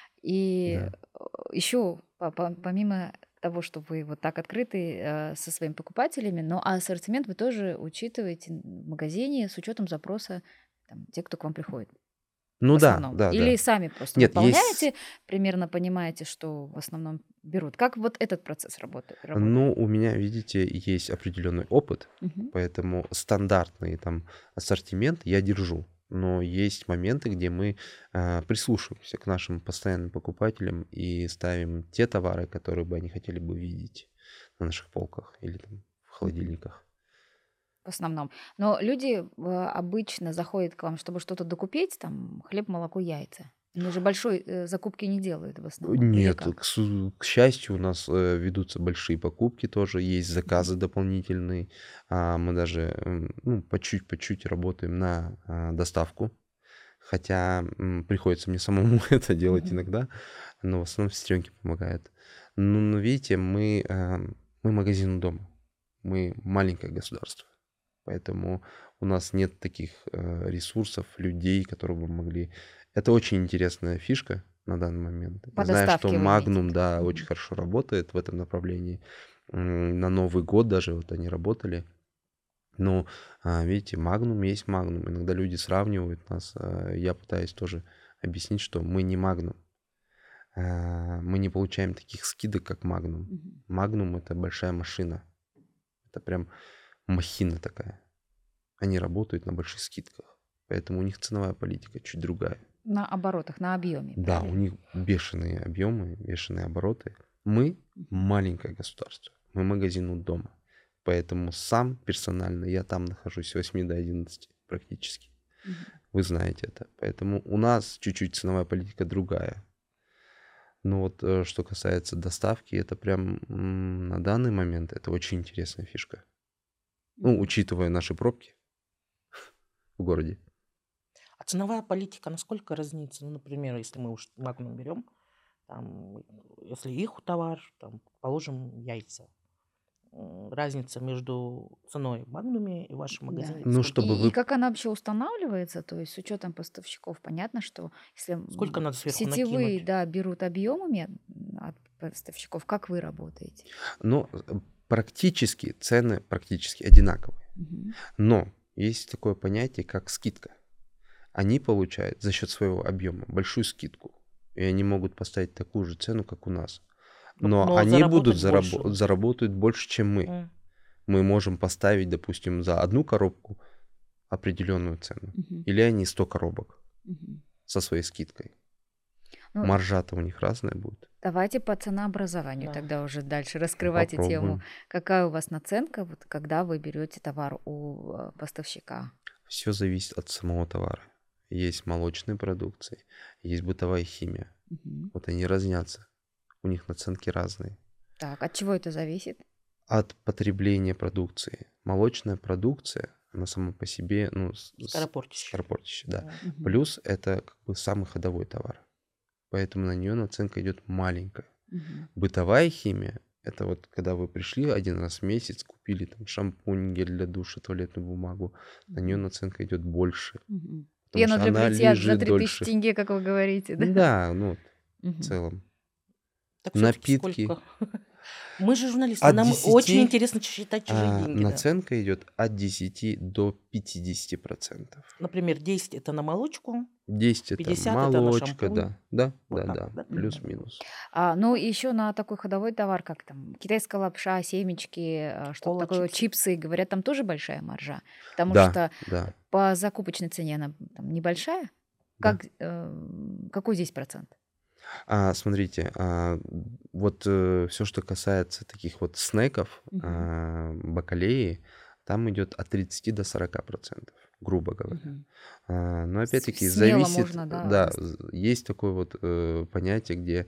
И Да. еще помимо того, что вы вот так открыты э, со своими покупателями, но а ассортимент вы тоже учитываете в магазине с учетом запроса там, тех, кто к вам приходит в Ну да, основном. да, Или да. сами просто Нет, есть, выполняете, примерно понимаете, что в основном берут. Как вот этот процесс работает? работает? ну, у меня, видите, есть определенный опыт, Мгм. поэтому стандартный там ассортимент я держу. Но есть моменты, где мы а, прислушиваемся к нашим постоянным покупателям и ставим те товары, которые бы они хотели бы видеть на наших полках или там в Мгм. холодильниках. В основном. Но люди э, обычно заходят к вам, чтобы что-то докупить, там хлеб, молоко, яйца. Они же большой э, закупки не делают в основном. Или Нет, как? к, су- к счастью, у нас э, ведутся большие покупки тоже, есть Мгм. заказы дополнительные. А, мы даже м, ну, по чуть по чуть работаем на а, доставку. Хотя м, приходится мне самому это делать Мгм. иногда, но в основном сестренки помогают. Ну, но видите, мы, а, мы магазин у дома. Мы маленькое государство. Поэтому у нас нет таких э, ресурсов, людей, которые бы могли... Это очень интересная фишка на данный момент. По Я знаю, что доставке вы имеете в Magnum, виду? да, очень Мгм. хорошо работает в этом направлении. М, На Новый год даже вот они работали. Но, а, видите, Magnum есть Magnum. Иногда люди сравнивают нас. а, Я пытаюсь тоже объяснить, что мы не Magnum. А, Мы не получаем таких скидок, как Magnum. Мгм. Magnum — это большая машина. Это прям махина такая. Они работают на больших скидках. Поэтому у них ценовая политика чуть другая. На оборотах, на объеме, Да, у правильно? них бешеные объемы, бешеные обороты. Мы Мгм. маленькое государство. Мы магазин у дома. Поэтому сам персонально я там нахожусь с восьми до одиннадцати практически. Мгм. Вы знаете это. Поэтому у нас чуть-чуть ценовая политика другая. Но вот э, что касается доставки, это прям м, на данный момент это очень интересная фишка. Ну, Мгм. учитывая наши пробки в городе. А ценовая политика насколько разнится? Ну, например, если мы уж Magnum берем, там, если их товар, там, положим, яйца. М, Разница между ценой в Магнуме и в вашем Да. магазине Ну, сколько? чтобы И, и вы... как она вообще устанавливается, то есть с учетом поставщиков, понятно, что если Сколько м, надо сверху сетевые, накинуть? да, берут объемами от поставщиков, как вы работаете? Ну, э, практически цены практически одинаковые. Мгм. Но есть такое понятие, как скидка. Они получают за счет своего объема большую скидку. И они могут поставить такую же цену, как у нас. Но, Но но они будут заработать зарабо- больше. заработают больше, чем мы. М. Мы можем поставить, допустим, за одну коробку определенную цену. Мгм. Или они сто коробок Мгм. со своей скидкой. Ну, Маржа-то у них разная будет. давайте по ценообразованию Да. тогда уже дальше Ну, раскрывайте тему. попробуем. Какая у вас наценка, вот, когда вы берете товар у э, поставщика? Все зависит от самого товара. Есть молочные продукции, есть бытовая химия. Мгм. Вот они разнятся. У них наценки разные. Так, от чего это зависит? От потребления продукции. Молочная продукция, она сама по себе, ну, с- с- Скоропортящая. скоропортящая, да. Да. Мгм. Плюс это как бы самый ходовой товар, поэтому на нее наценка идет маленькая. Мгм. Бытовая химия — это вот когда вы пришли один раз в месяц, купили там шампунь, гель для душа, туалетную бумагу, на нее Мгм. наценка идет больше, Мгм. потому Пену что для она бритья за лежит три тысячи дольше. тенге, как вы говорите, да? Да, ну, в Мгм. целом. Так все-таки Напитки. сколько? Мы же журналисты, От нам очень десяти интересно считать чужие а, деньги, да. наценка идет от десяти до пятидесяти процентов. Например, десять это на молочку, десять это пятьдесят это на молочка, шампунь. да, да, Вот да, так да, вот, да? Мгм. плюс-минус. А, ну, еще на такой ходовой товар, как там китайская лапша, семечки, а, что-то Кола, такое, чипсы. чипсы, говорят, там тоже большая маржа, потому Да, что да, по закупочной цене она там небольшая. да. Как, эм, какой здесь процент? А, смотрите, а, вот все, что касается таких вот снеков, Мгм. а, бакалеи, там идет от тридцати до сорока процентов, грубо говоря. Мгм. А, Но С- опять-таки Смело зависит, можно, да, да, раз- з- есть такое вот э, понятие, где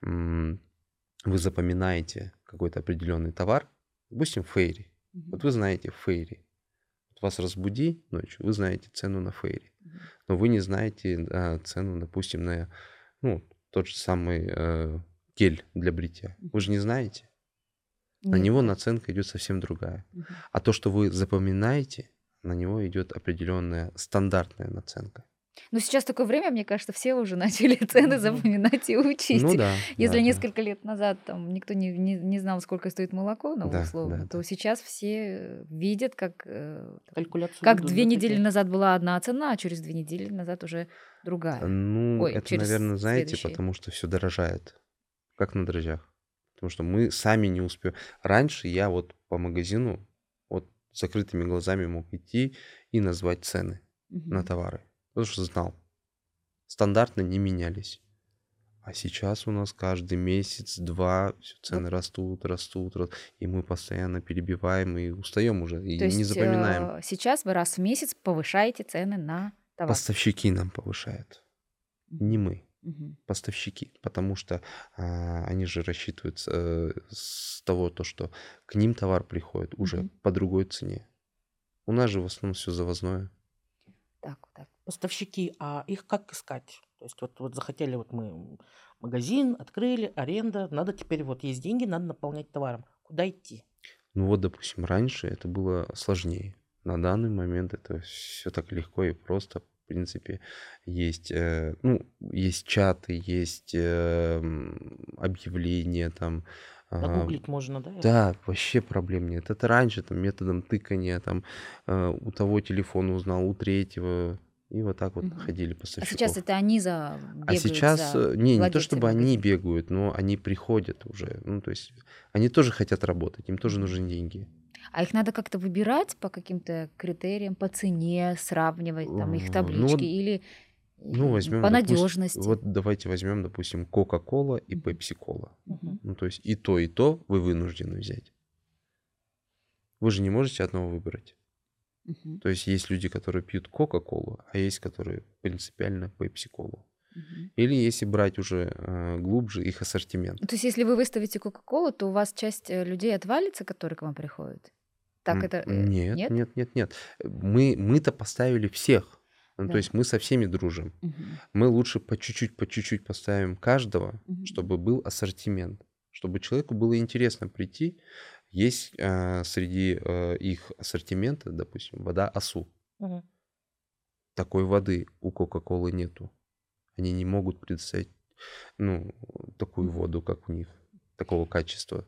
м, вы запоминаете какой-то определенный товар, допустим, фейри. Вот Мгм. вы знаете фейри. Вот вас разбуди ночью, вы знаете цену на фейри, Мгм. но вы не знаете а, цену, допустим, на, ну, тот же самый э, гель для бритья. Вы же Мгм. не знаете. На Нет, него да. наценка идет совсем другая. Мгм. А то, что вы запоминаете, на него идет определенная стандартная наценка. Ну, сейчас такое время, мне кажется, все уже начали цены Мгм. запоминать и Ну учить. да, Если да, да, несколько лет назад там никто не, не, не знал, сколько стоит молоко, ну, да, условно, да, то да. сейчас все видят, как, э, там, Калькуляцию как ведут, две да, недели такие? назад была одна цена, а через две недели назад уже другая. Ну, Ой, это, через наверное, знаете, следующие. потому что все дорожает, как на дрожжах. Потому что мы сами не успеем. Раньше я вот по магазину вот с закрытыми глазами мог идти и назвать цены на Мгм. товары, потому что знал. Стандартно не менялись. А сейчас у нас каждый месяц-два все Вот, цены растут, растут, растут, и мы постоянно перебиваем и устаем уже, и то не есть запоминаем. э, сейчас вы раз в месяц повышаете цены на товар. Поставщики нам повышают, не Мгм. мы, Мгм. поставщики, потому что а, они же рассчитывают э, с того, то, что к ним товар приходит уже Мгм. по другой цене. У нас же в основном все завозное. Так, так. Поставщики, а их как искать? То есть вот, вот захотели вот мы магазин, открыли, аренда, надо теперь вот есть деньги, надо наполнять товаром. Куда идти? Ну вот, допустим, раньше это было сложнее. На данный момент это все так легко и просто. В принципе, есть, э, ну, есть чаты, есть э, м, объявления там. а, Загуглить можно, да? Да, вообще проблем нет. Это раньше там методом тыкания, там э, у того телефон узнал, у третьего. И вот так вот Мгм. находили А сейчас поставщиков. это они за А бегают сейчас, за э, не, не то владельцами чтобы они магазина. бегают, но они приходят уже. Ну, то есть они тоже хотят работать, им тоже Мгм. нужны деньги. А их надо как-то выбирать по каким-то критериям, по цене, сравнивать там их Э, Ну, таблички вот, или ну м, возьмем, по допустим, надежности. вот давайте возьмем, допустим, Кока-Кола и Мгм. Пепси-Кола. Мгм. Ну, то есть и то, и то вы вынуждены взять. Вы же не можете одного выбрать. Мгм. То есть есть люди, которые пьют Кока-Колу, а есть, которые принципиально Пепси-Колу. Мгм. Или если брать уже э, глубже их ассортимент. То есть если вы выставите Кока-Колу, то у вас часть э, людей отвалится, которые к вам приходят? Так М, это э, Нет, нет? нет, нет, нет. Мы, мы-то поставили всех. Ну, то Да. есть мы со всеми дружим. Мгм. Мы лучше по чуть-чуть, по чуть-чуть поставим каждого, Мгм. чтобы был ассортимент, чтобы человеку было интересно прийти. Есть э, среди э, их ассортимента, допустим, вода АСУ. Мгм. Такой воды у Кока-Колы нету. Они не могут предоставить, ну, такую Мгм. воду, как у них, такого качества.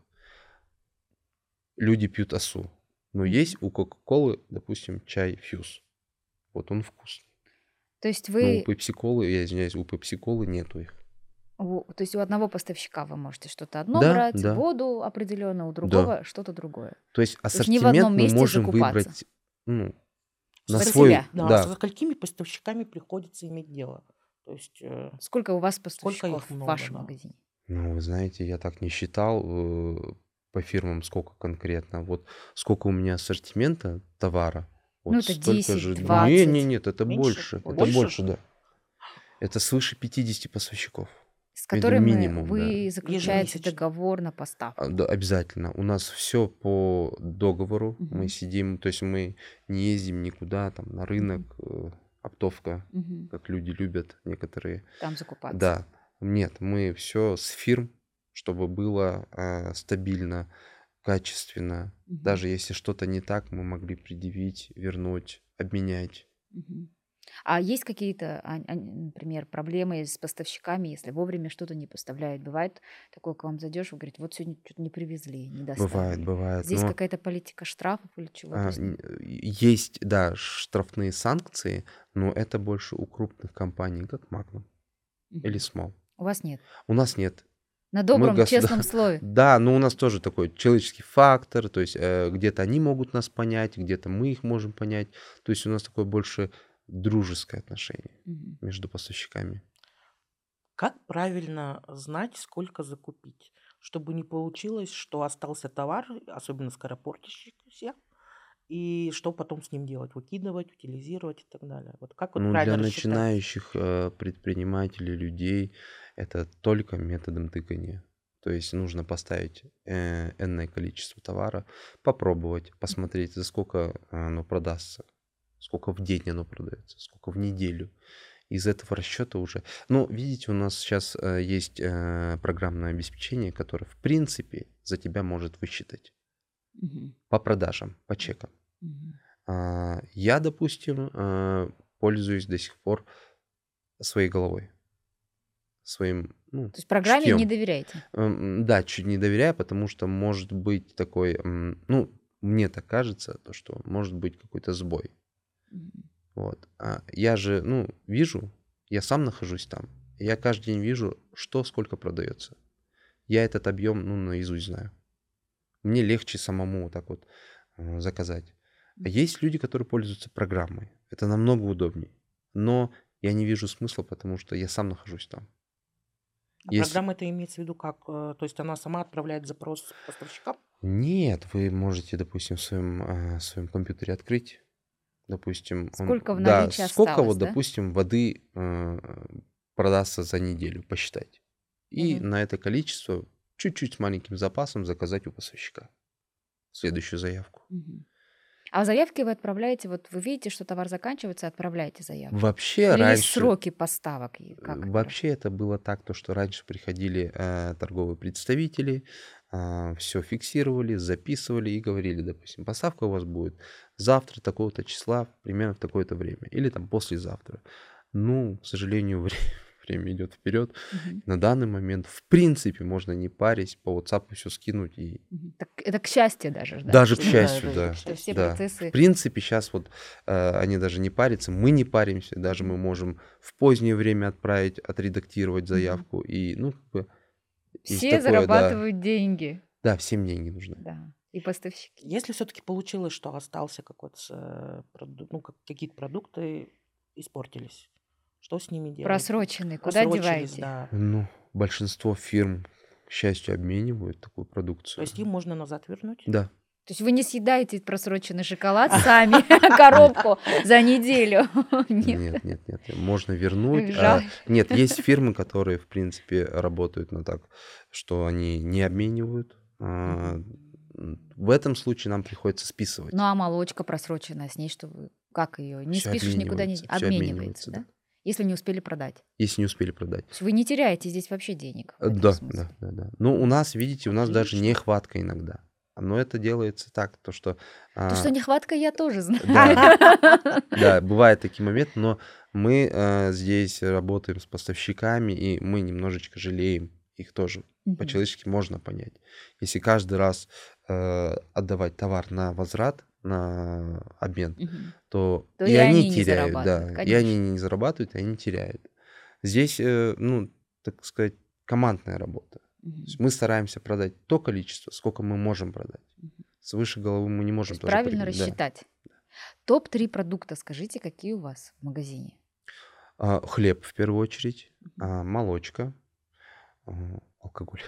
Люди пьют АСУ. Но Мгм. есть у Кока-Колы, допустим, чай фьюз. Вот он вкусный. То есть Но у вы, Пепси-Колы, я извиняюсь, у Пепси-Колы нету их. у- то есть у одного поставщика вы можете что-то одно Да, брать, да, воду определенно, у да. другого что-то другое. То есть То есть не в одном ассортимент мы месте можем закупаться. выбрать, ну, С на Под как- свой, себя. Да, со да. сколькими поставщиками приходится иметь дело? То есть э, Сколько у вас сколько их поставщиков в много, вашем да. магазине? Ну, вы знаете, я так не считал э, по фирмам, сколько конкретно. Вот сколько у меня ассортимента товара, Ну, вот это столько десять, же. Не, не, двадцать. нет, это Меньше? больше. Это Больше? больше, да. Это свыше пятидесяти поставщиков. С Ми- которыми Минимум, да. вы заключаете Ежемесячно. договор на А, поставку. да, обязательно. У нас все по договору. Мы Мгм. сидим, то есть мы не ездим никуда, там, на рынок, Мгм. э, оптовка, Мгм. как люди любят некоторые. Там закупаться. Да, нет, мы все с фирм, чтобы было э, стабильно, качественно. Мгм. Даже если что-то не так, мы могли предъявить, вернуть, обменять. Мгм. А есть какие-то, а- а, например, проблемы с поставщиками, если вовремя что-то не поставляют? Бывает такое, к вам зайдешь, вы говорите, вот сегодня что-то не привезли, не Бывает, доставили. бывает. Здесь Но какая-то политика штрафов или чего-то а, с ним? н- есть, да, штрафные санкции, но это больше у крупных компаний, как Magnum или Мгм. Small. У вас нет. У нас нет. На Мы добром, государ... честном слове. Да, но у нас тоже такой человеческий фактор, то есть э, где-то они могут нас понять, где-то мы их можем понять. То есть у нас такое больше дружеское отношение Мгм. между поставщиками. Как правильно знать, сколько закупить, чтобы не получилось, что остался товар, особенно скоропортящийся, и что потом с ним делать? Выкидывать, утилизировать и так далее. Вот как вот Ну, для правильно рассчитать? начинающих э, предпринимателей, людей, это только методом тыкания. То есть нужно поставить э, энное количество товара, попробовать, посмотреть, за сколько оно продастся, сколько в день оно продается, сколько в неделю. Из этого расчета уже... Ну, видите, у нас сейчас э, есть э, программное обеспечение, которое, в принципе, за тебя может высчитать Мгм. по продажам, по чекам. Мгм. А, Я, допустим, э, пользуюсь до сих пор своей головой, своим, ну, То есть программе не чутьем. доверяете? Эм, Да, чуть не доверяю, потому что может быть такой, м, ну, мне так кажется, то, что может быть какой-то сбой. Мгм. Вот. А я же, ну, вижу, я сам нахожусь там. и Я каждый день вижу, что сколько продается. Я этот объем, ну, наизусть знаю. Мне легче самому вот так вот э, заказать. А Мгм. есть люди, которые пользуются программой. Это намного удобнее. Но я не вижу смысла, потому что я сам нахожусь там. А Есть... программа это имеется в виду как? э, То есть она сама отправляет запрос поставщикам? Нет, вы можете, допустим, в своем, э, в своем компьютере открыть. Допустим, он, Сколько в да, наличии сколько осталось, вот, да? допустим, воды э, продастся за неделю, посчитать. И Мгм. на это количество чуть-чуть с маленьким запасом заказать у поставщика следующую заявку. Мгм. А заявки вы отправляете, вот вы видите, что товар заканчивается, отправляете заявку? Вообще Или есть раньше, сроки поставок? И э, как это вообще это было так, то, что раньше приходили э, торговые представители, все фиксировали, записывали и говорили, допустим, поставка у вас будет завтра такого-то числа, примерно в такое-то время, или там послезавтра. Ну, к сожалению, вре- время идет вперед. Мгм. На данный момент, в принципе, можно не парить, по WhatsApp все скинуть и Мгм. Так это к счастью даже, ж, да? даже к Да, счастью, это да, к Что все счастью. да. В процессы... принципе, сейчас вот э, они даже не парятся, мы не паримся, даже мы Мгм. можем в позднее время отправить, отредактировать Мгм. заявку, и, ну, как бы, есть Все такое, да, зарабатывают деньги, да, всем деньги нужны. да, и поставщики. Если все-таки получилось, что остался какой-то э, проду- ну, как- какие-то продукты испортились, что с ними делать? Просроченные, куда Просрочились, деваете? да. Ну, большинство фирм, к счастью, обменивают такую То продукцию. есть им можно назад вернуть? Да, То есть вы не съедаете просроченный шоколад сами, коробку за неделю? Нет? нет, нет, нет, можно вернуть. Эх, А, жаль. Нет, есть фирмы, которые, в принципе, работают на так, что они не обменивают. А, Мгм. м, В этом случае нам приходится списывать. Ну, а молочка просроченная, с ней что вы... Как ее? Не Все спишешь никуда, не... обменивается, все Обменивается, обменивается, да? да. Если не успели продать. Если не успели продать. То есть вы не теряете здесь вообще денег в Э, этом Да, смысле. да, да, да. Ну, у нас, видите, у нас даже Отлично. нехватка иногда. Но это делается так, то что, То, что а, нехватка, я тоже знаю. да, да, бывают такие моменты, но мы э, здесь работаем с поставщиками, и мы немножечко жалеем их тоже. Мгм. По-человечески можно понять. Если каждый раз э, отдавать товар на возврат, на обмен, Мгм. то То и и они они не теряют, зарабатывают, да, и они конечно. не зарабатывают, и они теряют. Здесь, э, ну, так сказать, командная работа. То есть Мгм. мы стараемся продать то количество, сколько мы можем продать. Мгм. Свыше головы мы не То можем есть тоже правильно прыгнуть, да. рассчитать. топ три продукта, скажите, какие у вас в магазине? А, Хлеб в первую очередь, Мгм. а, молочка, а, алкоголь,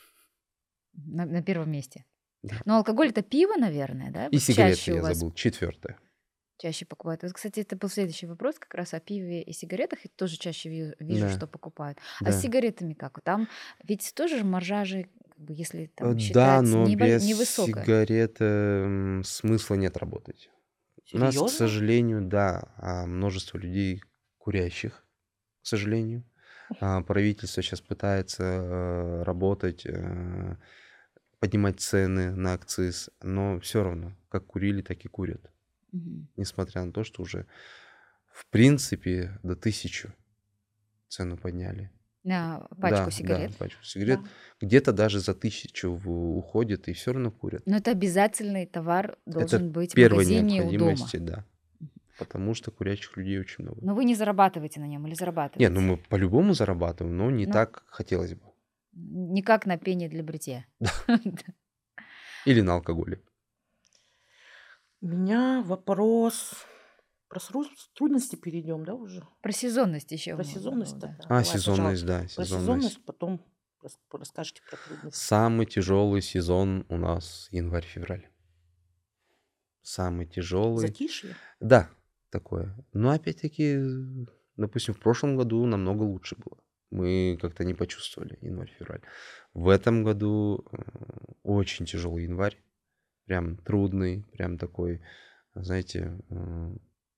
На, на первом месте. да. Но алкоголь это пиво, наверное, да? И Вот сигареты чаще у я вас. забыл, четвертое. Чаще покупают. Вот, кстати, это был следующий вопрос как раз о пиве и сигаретах. Я тоже чаще ви- вижу, Да, что покупают. А с да. сигаретами как? Там ведь тоже маржа же, как бы, если Э, там Да, считать, но небо- без невысокая. сигарет эм, смысла нет работать. У нас, к Серьезно? сожалению, да, а, множество людей курящих, к сожалению. А, Правительство сейчас пытается э, работать, э, поднимать цены на акциз, но все равно, как курили, так и курят. Мгм. Несмотря на то, что уже, в принципе, до тысячу цену подняли. На пачку Да, да, сигарет. пачку сигарет. Да. Где-то даже за тысячу в- уходит, и все равно курят. Но это обязательный товар Это должен быть в первой магазине у дома. необходимости, да. Мгм. Потому что курящих людей очень много. Но вы не зарабатываете на нем или Не, ну зарабатываете? мы по-любому зарабатываем, но не Ну, так, как хотелось бы. не как на пене для бритья. Или на алкоголе. У меня вопрос про сру- трудности перейдем, да, уже? Про сезонность еще Про можно сезонность было, тогда. да. А, Давай, сезонность, пожалуйста. да, Про сезонность. сезонность потом рас- расскажете про трудности. Самый тяжелый сезон у нас январь-февраль. Самый тяжелый. Затишье? Да, такое. Но опять-таки, допустим, в прошлом году намного лучше было. Мы как-то не почувствовали январь-февраль. В этом году э, очень тяжелый январь. Прям трудный, прям такой, знаете, э,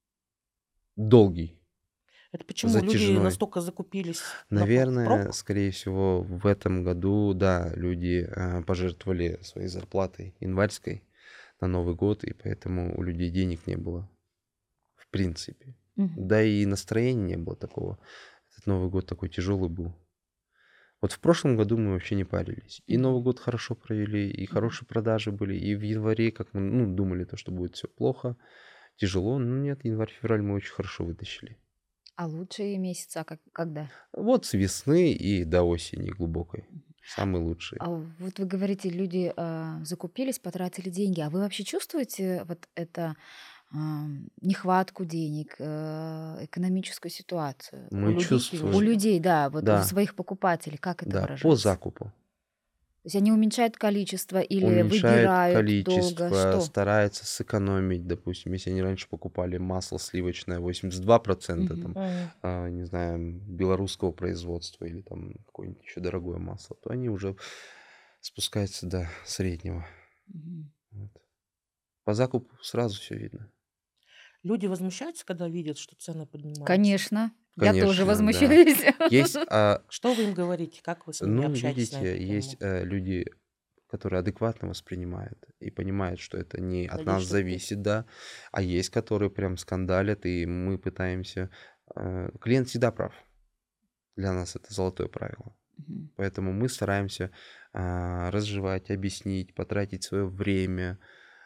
долгий, Это почему люди затяжной. настолько закупились на Наверное, впрок? скорее всего, в этом году, да, люди э, пожертвовали своей зарплатой январской на Новый год, и поэтому у людей денег не было, в принципе. Мгм. Да и настроения не было такого. Этот Новый год такой тяжелый был. Вот в прошлом году мы вообще не парились. И Новый Мгм. год хорошо провели, и Мгм. хорошие продажи были, и в январе, как мы ну, думали, то, что будет все плохо, тяжело. Но нет, январь-февраль мы очень хорошо вытащили. А лучшие месяца как, когда? Вот с весны и до осени глубокой. Мгм. Самые лучшие. А вот вы говорите, люди а, закупились, потратили деньги. А вы вообще чувствуете вот это ам, нехватку денег, э, экономическую ситуацию? У Мы людей У чувствуем, пишешь. людей, да, вот у да, своих покупателей, как это да, по выражается? закупу. То есть они уменьшают количество или Уменьшает выбирают долго? количество, Что? старается сэкономить. Допустим, если они раньше покупали масло сливочное восемьдесят два процента, Мгм. там, Мгм. а, не знаю, белорусского производства или там какое-нибудь еще дорогое масло, то они уже спускаются до среднего. Мгм. Вот. По закупу сразу все видно. Люди возмущаются, когда видят, что цены поднимаются. Конечно, я тоже Конечно, да. возмущаюсь. Есть, а, Что вы им говорите? Как вы с ними ну, общаетесь на видите, эту есть тему? э, люди, которые адекватно воспринимают и понимают, что это не от Надеюсь, нас что ты. зависит, да, а есть, которые прям скандалят, и мы пытаемся... э, Клиент всегда прав. Для нас это золотое правило. Мгм. Поэтому мы стараемся а, разжевать, объяснить, потратить свое время,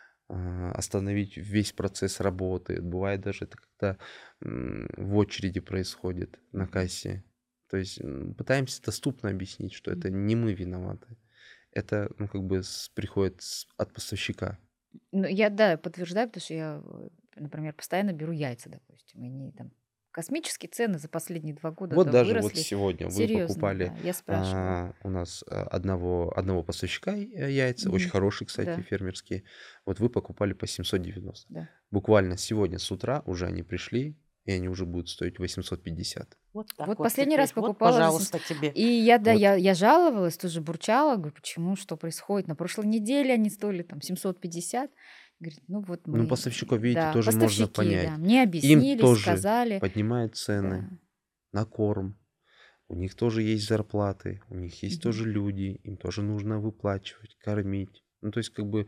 а, остановить весь процесс работы. Бывает даже это когда м, в очереди происходит на Мгм. кассе. То есть м, пытаемся доступно объяснить, что это Мгм. не мы виноваты. Это, ну, как бы с- приходит с- от поставщика. Ну, я, да, подтверждаю, потому что я, э, например, постоянно беру яйца, допустим. и Они там космические цены за последние два года, Вот да, даже вот выросли. сегодня вы Серьезно, покупали да. Я спрашиваю. а, у нас а, одного, одного поставщика я- яйца, очень Мгм. хорошие, кстати, Да, фермерские. Вот вы покупали по семьсот девяносто. да. Буквально сегодня с утра уже они пришли, и они уже будут стоить восемьсот пятьдесят. Вот так Вот вот последний теперь. раз Вот, покупала за семьсот. пожалуйста, тебе. И я, да, Вот. я, я жаловалась, тоже бурчала, говорю, почему, что происходит. На прошлой неделе они стоили там семьсот пятьдесят. Говорит, ну вот Ну, мы, поставщиков, видите, да, тоже можно поставщики, понять. да, мне Им объяснили, тоже сказали, поднимают цены да. на корм. У них тоже есть зарплаты, у них есть Мгм. тоже люди, им тоже нужно выплачивать, кормить. Ну, то есть, как бы,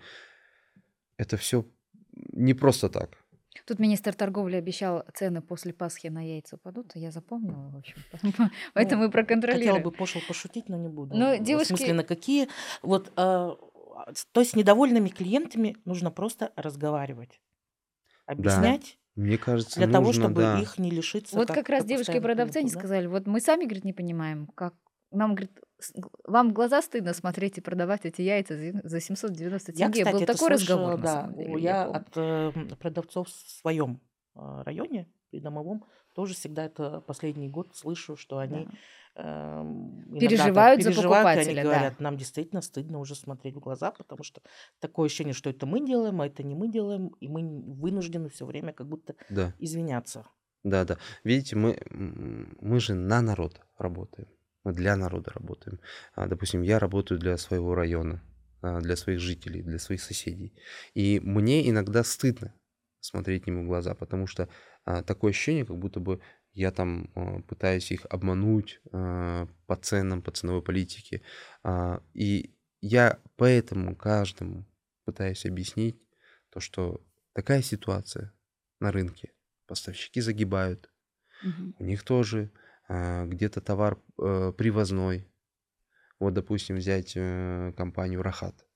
это все не просто так. Тут министр торговли обещал, цены после Пасхи на яйца упадут, а я запомнила, в общем. Ну, Поэтому мы хотела проконтролируем. бы пошло пошутить, но не буду. Но В смысле, девушки, на какие... Вот, а, с- то есть с недовольными клиентами нужно просто разговаривать, Да, объяснять, мне кажется, для того, нужно, чтобы да. их не лишиться вот как как, раз как девушки-продавцы, постоянных они клиентов, да? сказали, вот мы сами, говорит, не понимаем, как нам, говорит, с- г- вам в глаза стыдно смотреть и продавать эти яйца за за семьсот девяносто Я, тенге. Был кстати, это такой разговор, слышала, на да, самом у- деле, я я помню. от э, м, продавцов в своем э, районе, придомовом, тоже всегда это последний год слышу, что они Да. эм, иногда так Переживают за переживают, и они покупателя, да. говорят, нам действительно стыдно уже смотреть в глаза, потому что такое ощущение, что это мы делаем, а это не мы делаем, и мы вынуждены все время как будто Да, извиняться. да, да. Видите, мы, м, мы же на народ работаем. Мы для народа работаем. А, Допустим, я работаю для своего района, а, для своих жителей, для своих соседей. И мне иногда стыдно смотреть им в глаза, потому что а, такое ощущение, как будто бы я там а, пытаюсь их обмануть а, по ценам, по ценовой политике. А, И я поэтому каждому пытаюсь объяснить то, что такая ситуация на рынке. Поставщики загибают, Мгм. у них тоже а, где-то товар э, привозной. Вот, допустим, взять э, компанию Рахат.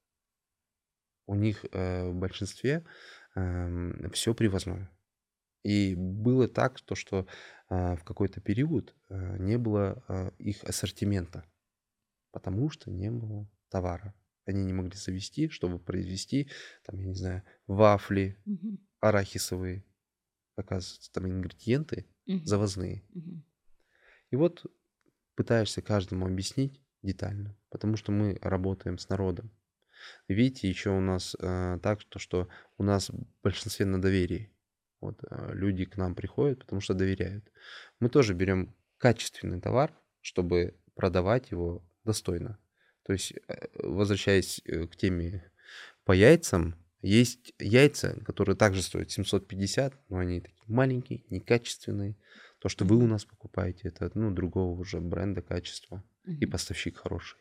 У них э, в большинстве все привозное. И было так, то, что а, в какой-то период а, не было а, их ассортимента, потому что не было товара. Они не могли завести, чтобы произвести, там, я не знаю, вафли Мгм. арахисовые, оказывается, там ингредиенты Мгм. завозные. Мгм. И вот пытаешься каждому объяснить детально, потому что мы работаем с народом. Видите, еще у нас э, так, что, что у нас в большинстве на доверии. Вот э, люди к нам приходят, потому что доверяют. Мы тоже берем качественный товар, чтобы продавать его достойно. То есть, э, возвращаясь э, к теме по яйцам, есть яйца, которые также стоят семьсот пятьдесят, но они такие маленькие, некачественные. То, что вы у Мгм. нас покупаете, это ну, другого уже бренда, качества. И Мгм. поставщик хороший.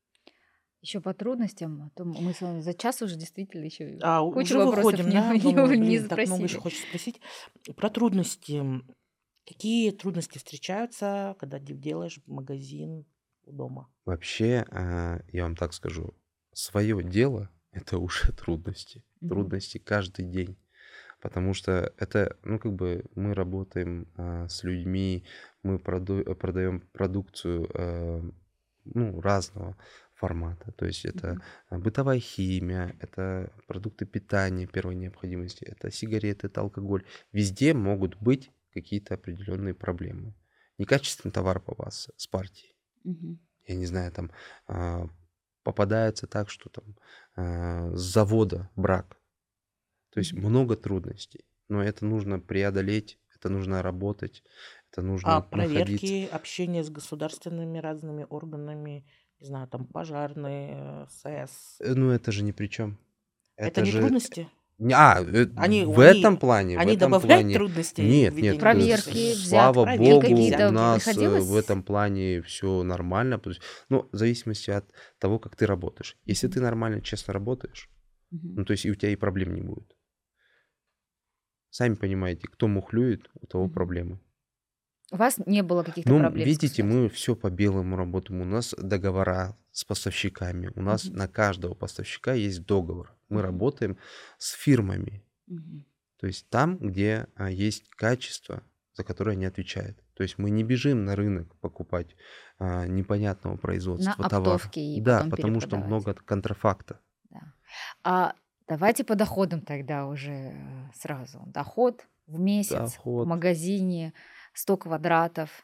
Еще по трудностям, а то мы с вами за час уже действительно еще А кучу уже вопросов выходим, не, да? не, Думаю, не блин, так много еще спросили. хочется спросить. Про трудности. М, Какие трудности встречаются, когда де- делаешь магазин у дома? Вообще, а, я вам так скажу, свое дело — это уже трудности. Мгм. Трудности каждый день. Потому что это, ну, как бы мы работаем а, с людьми, мы проду- продаем продукцию а, ну, разного формата. То есть это Мгм. а, бытовая химия, это продукты питания первой необходимости, это сигареты, это алкоголь. Везде могут быть какие-то определенные проблемы. Некачественный товар попался с партии. Мгм. Я не знаю, там а, попадается так, что там а, с завода брак. То есть Мгм. много трудностей, но это нужно преодолеть, это нужно работать, это А нужно находиться. проверки, общение с государственными разными органами, не знаю, там пожарные, СЭС. Э, Ну, это же ни при чем. Это Это не же... трудности? Не- А, э, Они, в они, этом плане, в они этом добавляют плане... трудностей Нет, нет, введение э, Проверки, ограничений? слава взятки, или Проверки, богу, у какие-то взятки. нас э, в приходилось? этом плане все нормально. То есть, ну, в зависимости от того, как ты работаешь. Если Мгм. ты нормально, честно работаешь, Мгм. ну, то есть и у тебя и проблем не будет. Сами понимаете, кто мухлюет, у того Мгм. проблемы. У вас не было каких-то Ну, проблем с видите, государством? мы все по белому работаем. У нас договора с поставщиками. У нас Мгм. на каждого поставщика есть договор. Мы Мгм. работаем с фирмами. Мгм. То есть там, где а, есть качество, за которое они отвечают. То есть мы не бежим на рынок покупать а, непонятного На производства товар. оптовке и Да, потом потому что перепродавать. много контрафакта. Да. А давайте по доходам тогда уже э, сразу. Доход в месяц в Доход. магазине сто квадратов.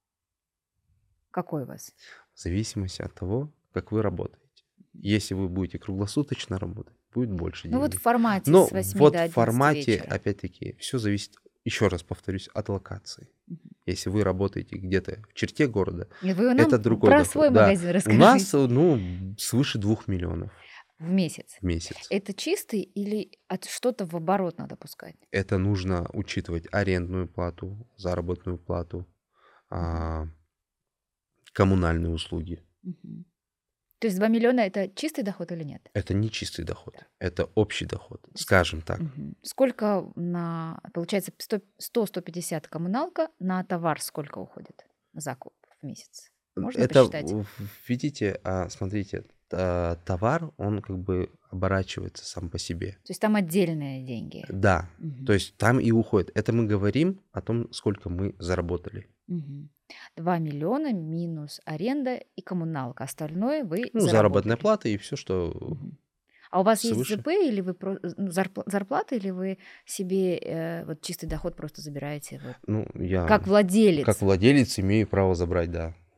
Какой у вас? В зависимости от того, как вы работаете. Если вы будете круглосуточно работать, будет больше Ну вот в денег. формате Но с восьми вот до в одиннадцати формате, вечера. опять-таки, все зависит, еще раз повторюсь, от локации. Мгм. Если вы работаете где-то в черте города, И вы нам это другой про доход. свой Да, магазин у нас, расскажите э, ну, свыше двух миллионов в месяц. в месяц. Это чистый или от что-то в оборот надо пускать? Это нужно учитывать арендную плату, заработную плату, Мгм. а, коммунальные услуги. Мгм. То есть два миллиона это чистый доход или нет? Это не чистый доход, Да. это общий доход, То есть, скажем так. мгм. Сколько на, получается, сто сто пятьдесят коммуналка, на товар сколько уходит на закуп в месяц? Можно Это, посчитать? в- в- видите, а, смотрите, та- товар, он как бы оборачивается сам по себе. То есть там отдельные деньги. Да, Мгм. то есть там и уходит. Это мы говорим о том, сколько мы заработали. Мгм. два миллиона минус аренда и коммуналка. Остальное вы Ну, заработная заработали. плата и все, что Мгм. А у вас есть свыше. ЗП или вы про- ну, зарпла- зарплата, или вы себе э, вот чистый доход просто забираете вот, Ну, я как как владелец? владелец имею право забрать, да.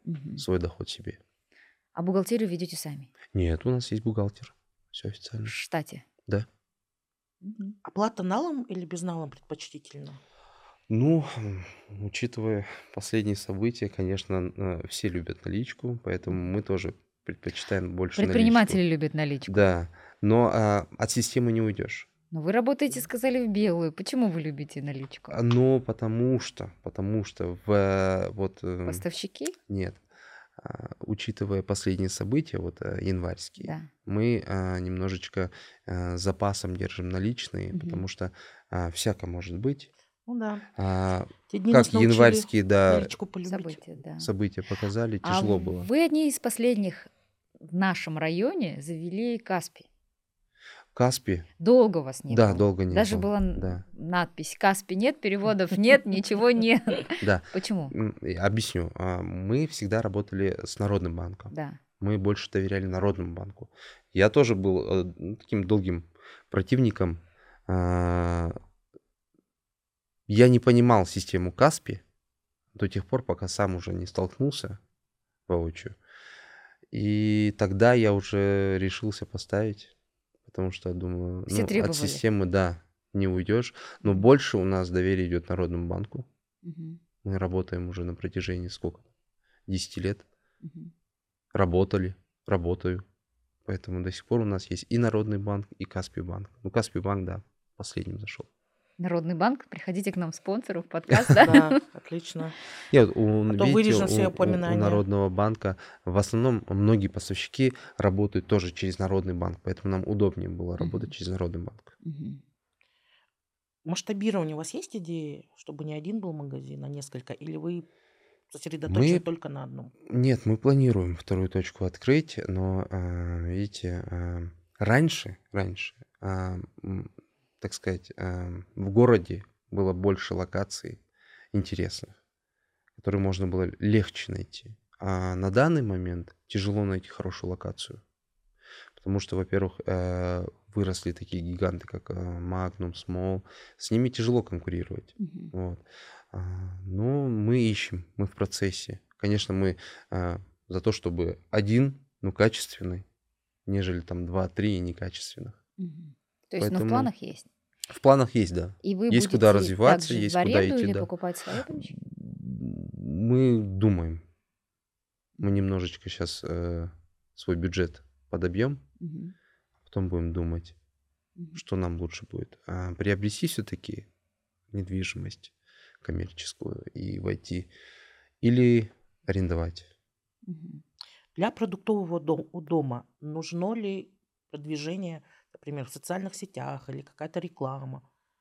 Мгм. свой доход себе. А бухгалтерию ведете сами? Нет, у нас есть бухгалтер. Все В официально. штате? Да. Мгм. Оплата налом или безналом предпочтительно? Ну, м, учитывая последние события, конечно, э, все любят наличку, поэтому Мгм. мы тоже предпочитаем больше наличку. Предприниматели любят наличку. Да, но а, от системы не уйдешь. Но вы работаете, сказали, в белую. Почему вы любите наличку? А, Ну, потому что, потому что в э, вот эм, Поставщики? нет, а, учитывая последние события, вот э, январские, Да. мы а, немножечко а, запасом держим наличные, Мгм. потому что а, всяко может быть. Ну да. А, Те дни Как нас научили январские, да, наличку полюбить. События, да. события показали, А тяжело было. вы одни из последних в нашем районе завели Каспий. Каспи, Долго у вас не да, было. долго не Даже было, была н- да, надпись «Каспий нет», переводов нет, ничего нет. да. Почему? М, и Объясню. А, Мы всегда работали с Народным банком. Да. Мы больше доверяли Народному банку. Я тоже был э, м, таким долгим противником. А, Я не понимал систему Каспи до тех пор, пока сам уже не столкнулся воочию. И тогда я уже решился поставить, потому что думаю, Все ну, от требовали. системы, да, не уйдешь. Но Мгм. больше у нас доверие идет Народному банку. Мгм. Мы работаем уже на протяжении сколько? десять лет. Мгм. Работали, работаю. Поэтому до сих пор у нас есть и Народный банк, и Каспий банк. Ну, Каспий банк, да, последним зашел. Народный банк, приходите к нам спонсору в подкаст, да? Да, отлично. Нет, у, А то видите, вырежем все у, у- у упоминания. Народного банка в основном многие поставщики работают тоже через Народный банк, поэтому нам удобнее было работать Мгм. через Народный банк. Мгм. Масштабирование у вас есть идеи, чтобы не один был магазин, а несколько? Или вы сосредоточены Мы только на одном? Нет, мы планируем вторую точку открыть, но, а, видите, а, раньше, раньше, а, м, так сказать, а, в городе было больше локаций интересных, которые можно было легче найти. А на данный момент тяжело найти хорошую локацию, потому что, во-первых, э, выросли такие гиганты, как а, Magnum, Small, с ними тяжело конкурировать. Мгм. Вот. А, Но мы ищем, мы в процессе. Конечно, мы а, за то, чтобы один, ну, качественный, нежели там два-три некачественных. Мгм. То есть, ну, в Поэтому планах есть. в планах есть, да. И вы Есть куда будете развиваться, также в есть куда аренду идти, или да. покупать свое помещение? Мы думаем, мы Мгм. немножечко сейчас свой бюджет подобьем, Мгм. потом будем думать, Мгм. что нам лучше будет. А приобрести все-таки недвижимость коммерческую и войти или арендовать. Мгм. Для продуктового дом- у дома нужно ли продвижение, например, в социальных сетях или какая-то реклама?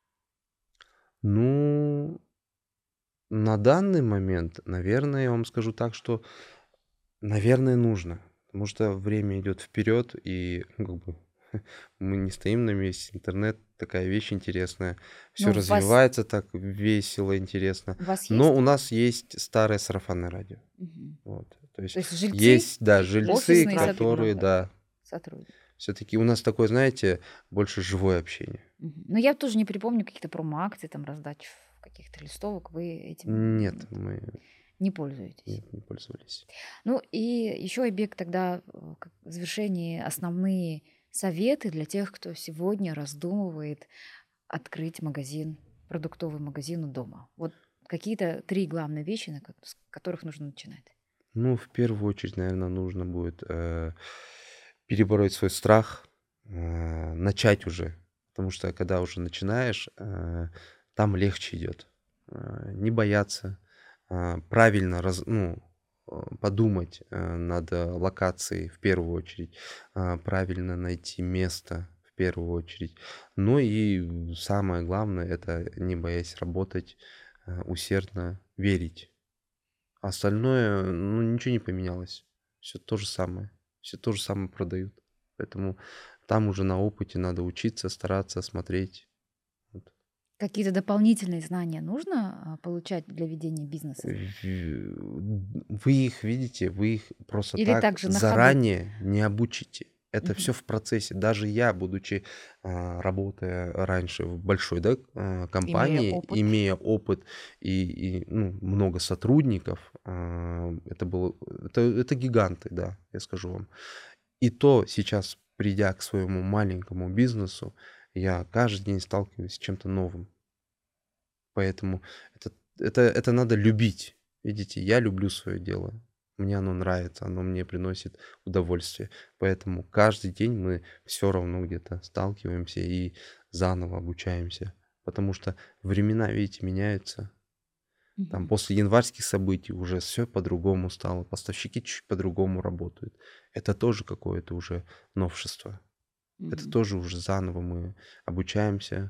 Ну, на данный момент, наверное, я вам скажу так, что, наверное, нужно, потому что время идет вперед, и ну, как бы мы не стоим на месте. Интернет такая вещь интересная, все Но у вас, развивается так весело, интересно. у вас Но у есть? нас есть старое сарафанное радио. Мгм. Вот. То есть То есть жильцы, есть, да, Больше жильцы, офисные трафик нам. которые, сотрудники, да, сотрудники. все-таки у нас такое, знаете, больше живое общение. Мгм. Но я тоже не припомню каких-то промо-акций, там, раздачу каких-то листовок. Вы этим Нет, м, мы не пользуетесь. нет, не пользовались. Ну и еще, Айбек, тогда э, как в завершении основные советы для тех, кто сегодня раздумывает открыть магазин, продуктовый магазин у дома. Вот какие-то три главные вещи, на ко- с которых нужно начинать. Ну, в первую очередь, наверное, нужно будет э, перебороть свой страх, э, начать уже. Потому что когда уже начинаешь, э, там легче идет. Э, не бояться, э, правильно раз, ну, э, подумать э, над э, локацией в первую очередь, э, правильно найти место в первую очередь. Ну и самое главное, это не боясь работать, э, усердно верить. А остальное, ну, ничего не поменялось. Все то же самое. Все то же самое продают. Поэтому там уже на опыте надо учиться, стараться, смотреть. Вот. Какие-то дополнительные знания нужно а, получать для ведения бизнеса? В- Вы их видите, вы их просто Или так также на ходу? заранее не обучите. Это Мгм. все в процессе. Даже я, будучи, а, работая раньше в большой, да, а, Имея компании, опыт. имея опыт и и, ну, много сотрудников, а, это было это это гиганты, да, я скажу вам. И то сейчас, придя к своему маленькому бизнесу, я каждый день сталкиваюсь с чем-то новым. Поэтому это это это надо любить. Видите, я люблю свое дело. Мне оно нравится, оно мне приносит удовольствие. Поэтому каждый день мы все равно где-то сталкиваемся и заново обучаемся. Потому что времена, видите, меняются. Там Мгм. после январских событий уже все по-другому стало. Поставщики чуть по-другому работают. Это тоже какое-то уже новшество. Это Мгм. тоже уже заново мы обучаемся.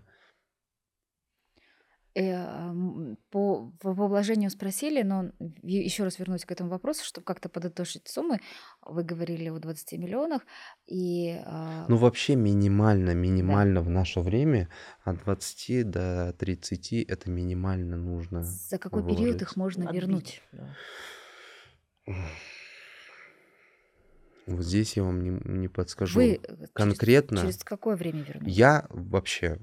Э, ам, по по по вложению спросили, но еще раз вернусь к этому вопросу, чтобы как-то подытожить суммы. Вы говорили о двадцати миллионах, и, а, Ну, вообще минимально, да, минимально в наше время от двадцати до тридцати это минимально нужно за какой период их вложиться. можно вернуть? Отбить, да. Вот здесь я вам не, не Вы, подскажу э, через конкретно. через какое время вернуть? Я вообще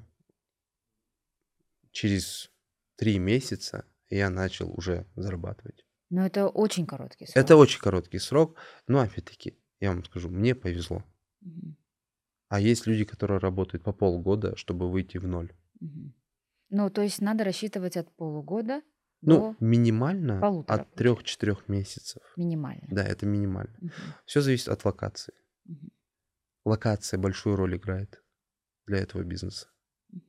через три месяца я начал уже зарабатывать. Но это очень короткий Это срок. очень короткий срок, но опять-таки, я вам скажу, мне повезло. Мгм, А есть люди, которые работают по полгода, чтобы выйти в ноль. мгм. Ну, то есть надо рассчитывать от полугода Ну, до минимально полутора, от получается, трех-четырех месяцев. минимально. Да, это минимально. Мгм, Все зависит от локации. мгм, Локация большую роль играет для этого бизнеса. мгм.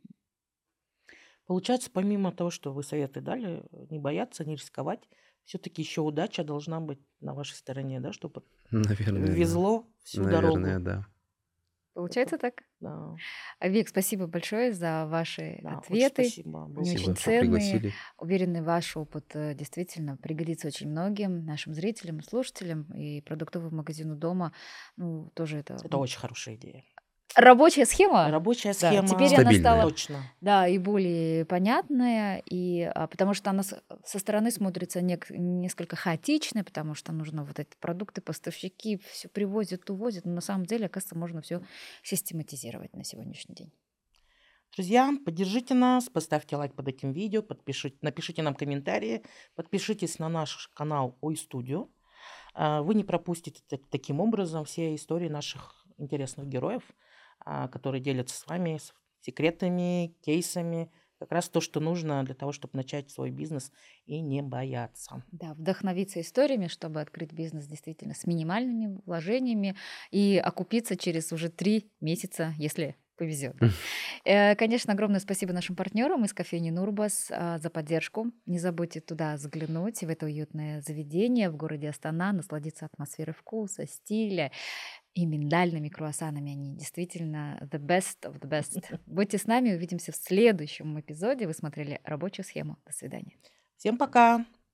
Получается, помимо того, что вы советы дали, э, не бояться, не рисковать, все-таки еще удача должна быть на вашей стороне, да, чтобы Наверное, да. везло всю Наверное, дорогу. да. Получается Это, так? да, А, Вик, спасибо большое за ваши да, очень ответы. спасибо. Было Они очень очень Спасибо, что интересно. ценные. пригласили. Уверены, ваш опыт э, действительно пригодится очень многим нашим зрителям, и слушателям, и продуктовому магазину дома. Ну, тоже это Это м, очень хорошая идея. рабочая схема. Рабочая Да, теперь схема, она Стабильная. стала, точно. да, и более понятная, и а, потому что она с- со стороны смотрится нек- несколько хаотичной, потому что нужно вот эти продукты, поставщики все привозят, увозят, но на самом деле, оказывается, можно все систематизировать на сегодняшний день. Друзья, поддержите нас, поставьте лайк под этим видео, подпишите, напишите нам комментарии, подпишитесь на наш канал Ой Студио. А, Вы не пропустите так- таким образом все истории наших интересных героев, а, которые делятся с вами с- секретами, кейсами, как раз то, что нужно для того, чтобы начать свой бизнес и не бояться. Да, вдохновиться историями, чтобы открыть бизнес действительно с минимальными вложениями и окупиться через уже три месяца, если повезет. Да? Э, Конечно, огромное спасибо нашим партнерам из кофейни Нурбас а, за поддержку. Не забудьте туда заглянуть, в это уютное заведение в городе Астана, насладиться атмосферой вкуса, стиля и миндальными круассанами. Они действительно the best of the best. Будьте с нами, увидимся в следующем эпизоде. Вы смотрели рабочую схему. До свидания. Всем пока!